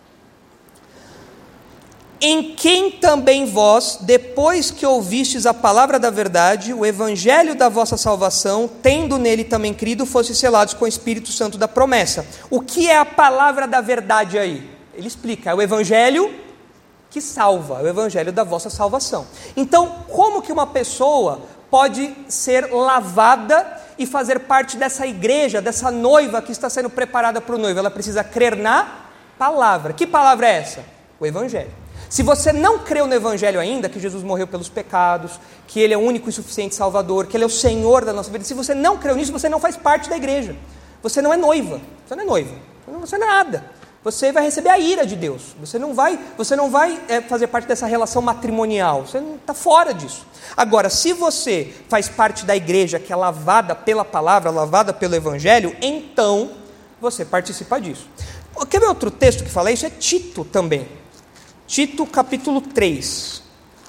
Em quem também vós, depois que ouvistes a palavra da verdade, o evangelho da vossa salvação, tendo nele também crido, fostes selados com o Espírito Santo da promessa. O que é a palavra da verdade aí? Ele explica, é o evangelho que salva, é o evangelho da vossa salvação. Então, como que uma pessoa pode ser lavada e fazer parte dessa igreja, dessa noiva que está sendo preparada para o noivo? Ela precisa crer na palavra. Que palavra é essa? O evangelho. Se você não creu no evangelho ainda, que Jesus morreu pelos pecados, que ele é o único e suficiente salvador, que ele é o Senhor da nossa vida, se você não creu nisso, você não faz parte da igreja. Você não é noiva, você não é noiva, você não é nada. Você vai receber a ira de Deus. Você não vai, você não vai é, fazer parte dessa relação matrimonial. Você está fora disso. Agora, se você faz parte da igreja que é lavada pela palavra, lavada pelo evangelho, então você participa disso. Quer ver outro texto que fala isso? É Tito também. Tito capítulo três.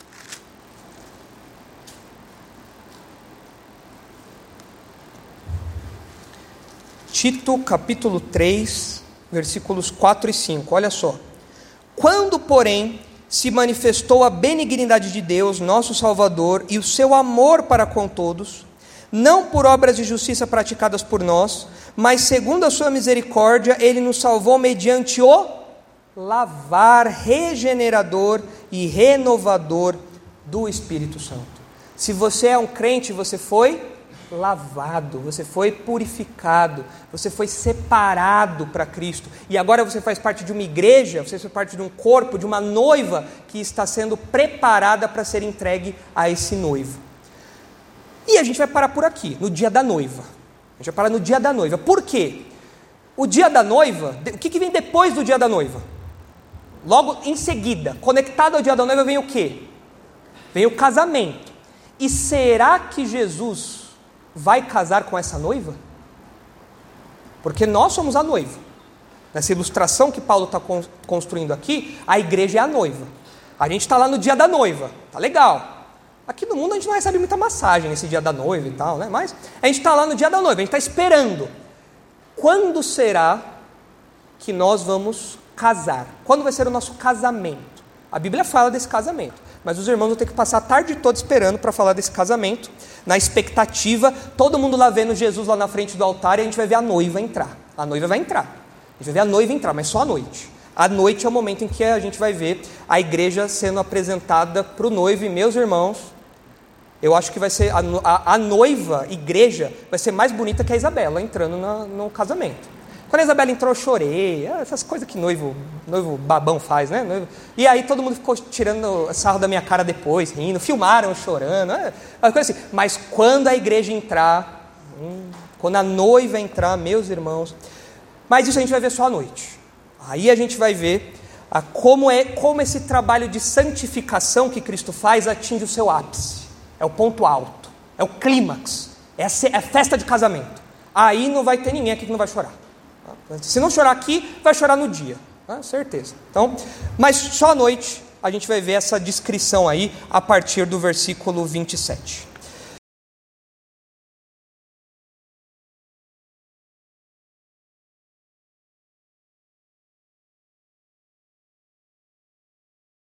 Tito capítulo três, versículos quatro e cinco, olha só. Quando, porém, se manifestou a benignidade de Deus, nosso Salvador, e o seu amor para com todos, não por obras de justiça praticadas por nós, mas segundo a sua misericórdia, ele nos salvou mediante o lavar regenerador e renovador do Espírito Santo. Se você é um crente, você foi lavado, você foi purificado, você foi separado para Cristo, e agora você faz parte de uma igreja, você faz parte de um corpo, de uma noiva que está sendo preparada para ser entregue a esse noivo. E a gente vai parar por aqui, no dia da noiva. A gente vai parar no dia da noiva. Por quê? O dia da noiva, o que, que vem depois do dia da noiva? Logo em seguida, conectado ao dia da noiva, vem o quê? Vem o casamento. E será que Jesus vai casar com essa noiva? Porque nós somos a noiva. Nessa ilustração que Paulo está construindo aqui, a igreja é a noiva. A gente está lá no dia da noiva, tá legal. Aqui no mundo a gente não recebe muita massagem nesse dia da noiva e tal, né? Mas a gente está lá no dia da noiva, a gente está esperando. Quando será que nós vamos casar? Quando vai ser o nosso casamento? A Bíblia fala desse casamento, mas os irmãos vão ter que passar a tarde toda esperando para falar desse casamento, na expectativa, todo mundo lá vendo Jesus lá na frente do altar, e a gente vai ver a noiva entrar. A noiva vai entrar. A gente vai ver a noiva entrar, mas só à noite. À noite é o momento em que a gente vai ver a igreja sendo apresentada para o noivo. E meus irmãos, eu acho que vai ser a, a, a noiva, igreja, vai ser mais bonita que a Isabela entrando na, no casamento. Quando a Isabela entrou, eu chorei, essas coisas que noivo, noivo babão faz, né? Noivo... E aí todo mundo ficou tirando sarro da minha cara depois, rindo, filmaram chorando, é, uma coisa assim. Mas quando a igreja entrar, hum, quando a noiva entrar, meus irmãos, mas isso a gente vai ver só à noite. Aí a gente vai ver a, como, é, como esse trabalho de santificação que Cristo faz atinge o seu ápice. É o ponto alto, é o clímax, é a, é a festa de casamento. Aí não vai ter ninguém aqui que não vai chorar. Se não chorar aqui, vai chorar no dia, né? Certeza. Então, mas só à noite a gente vai ver essa descrição aí a partir do versículo vinte e sete.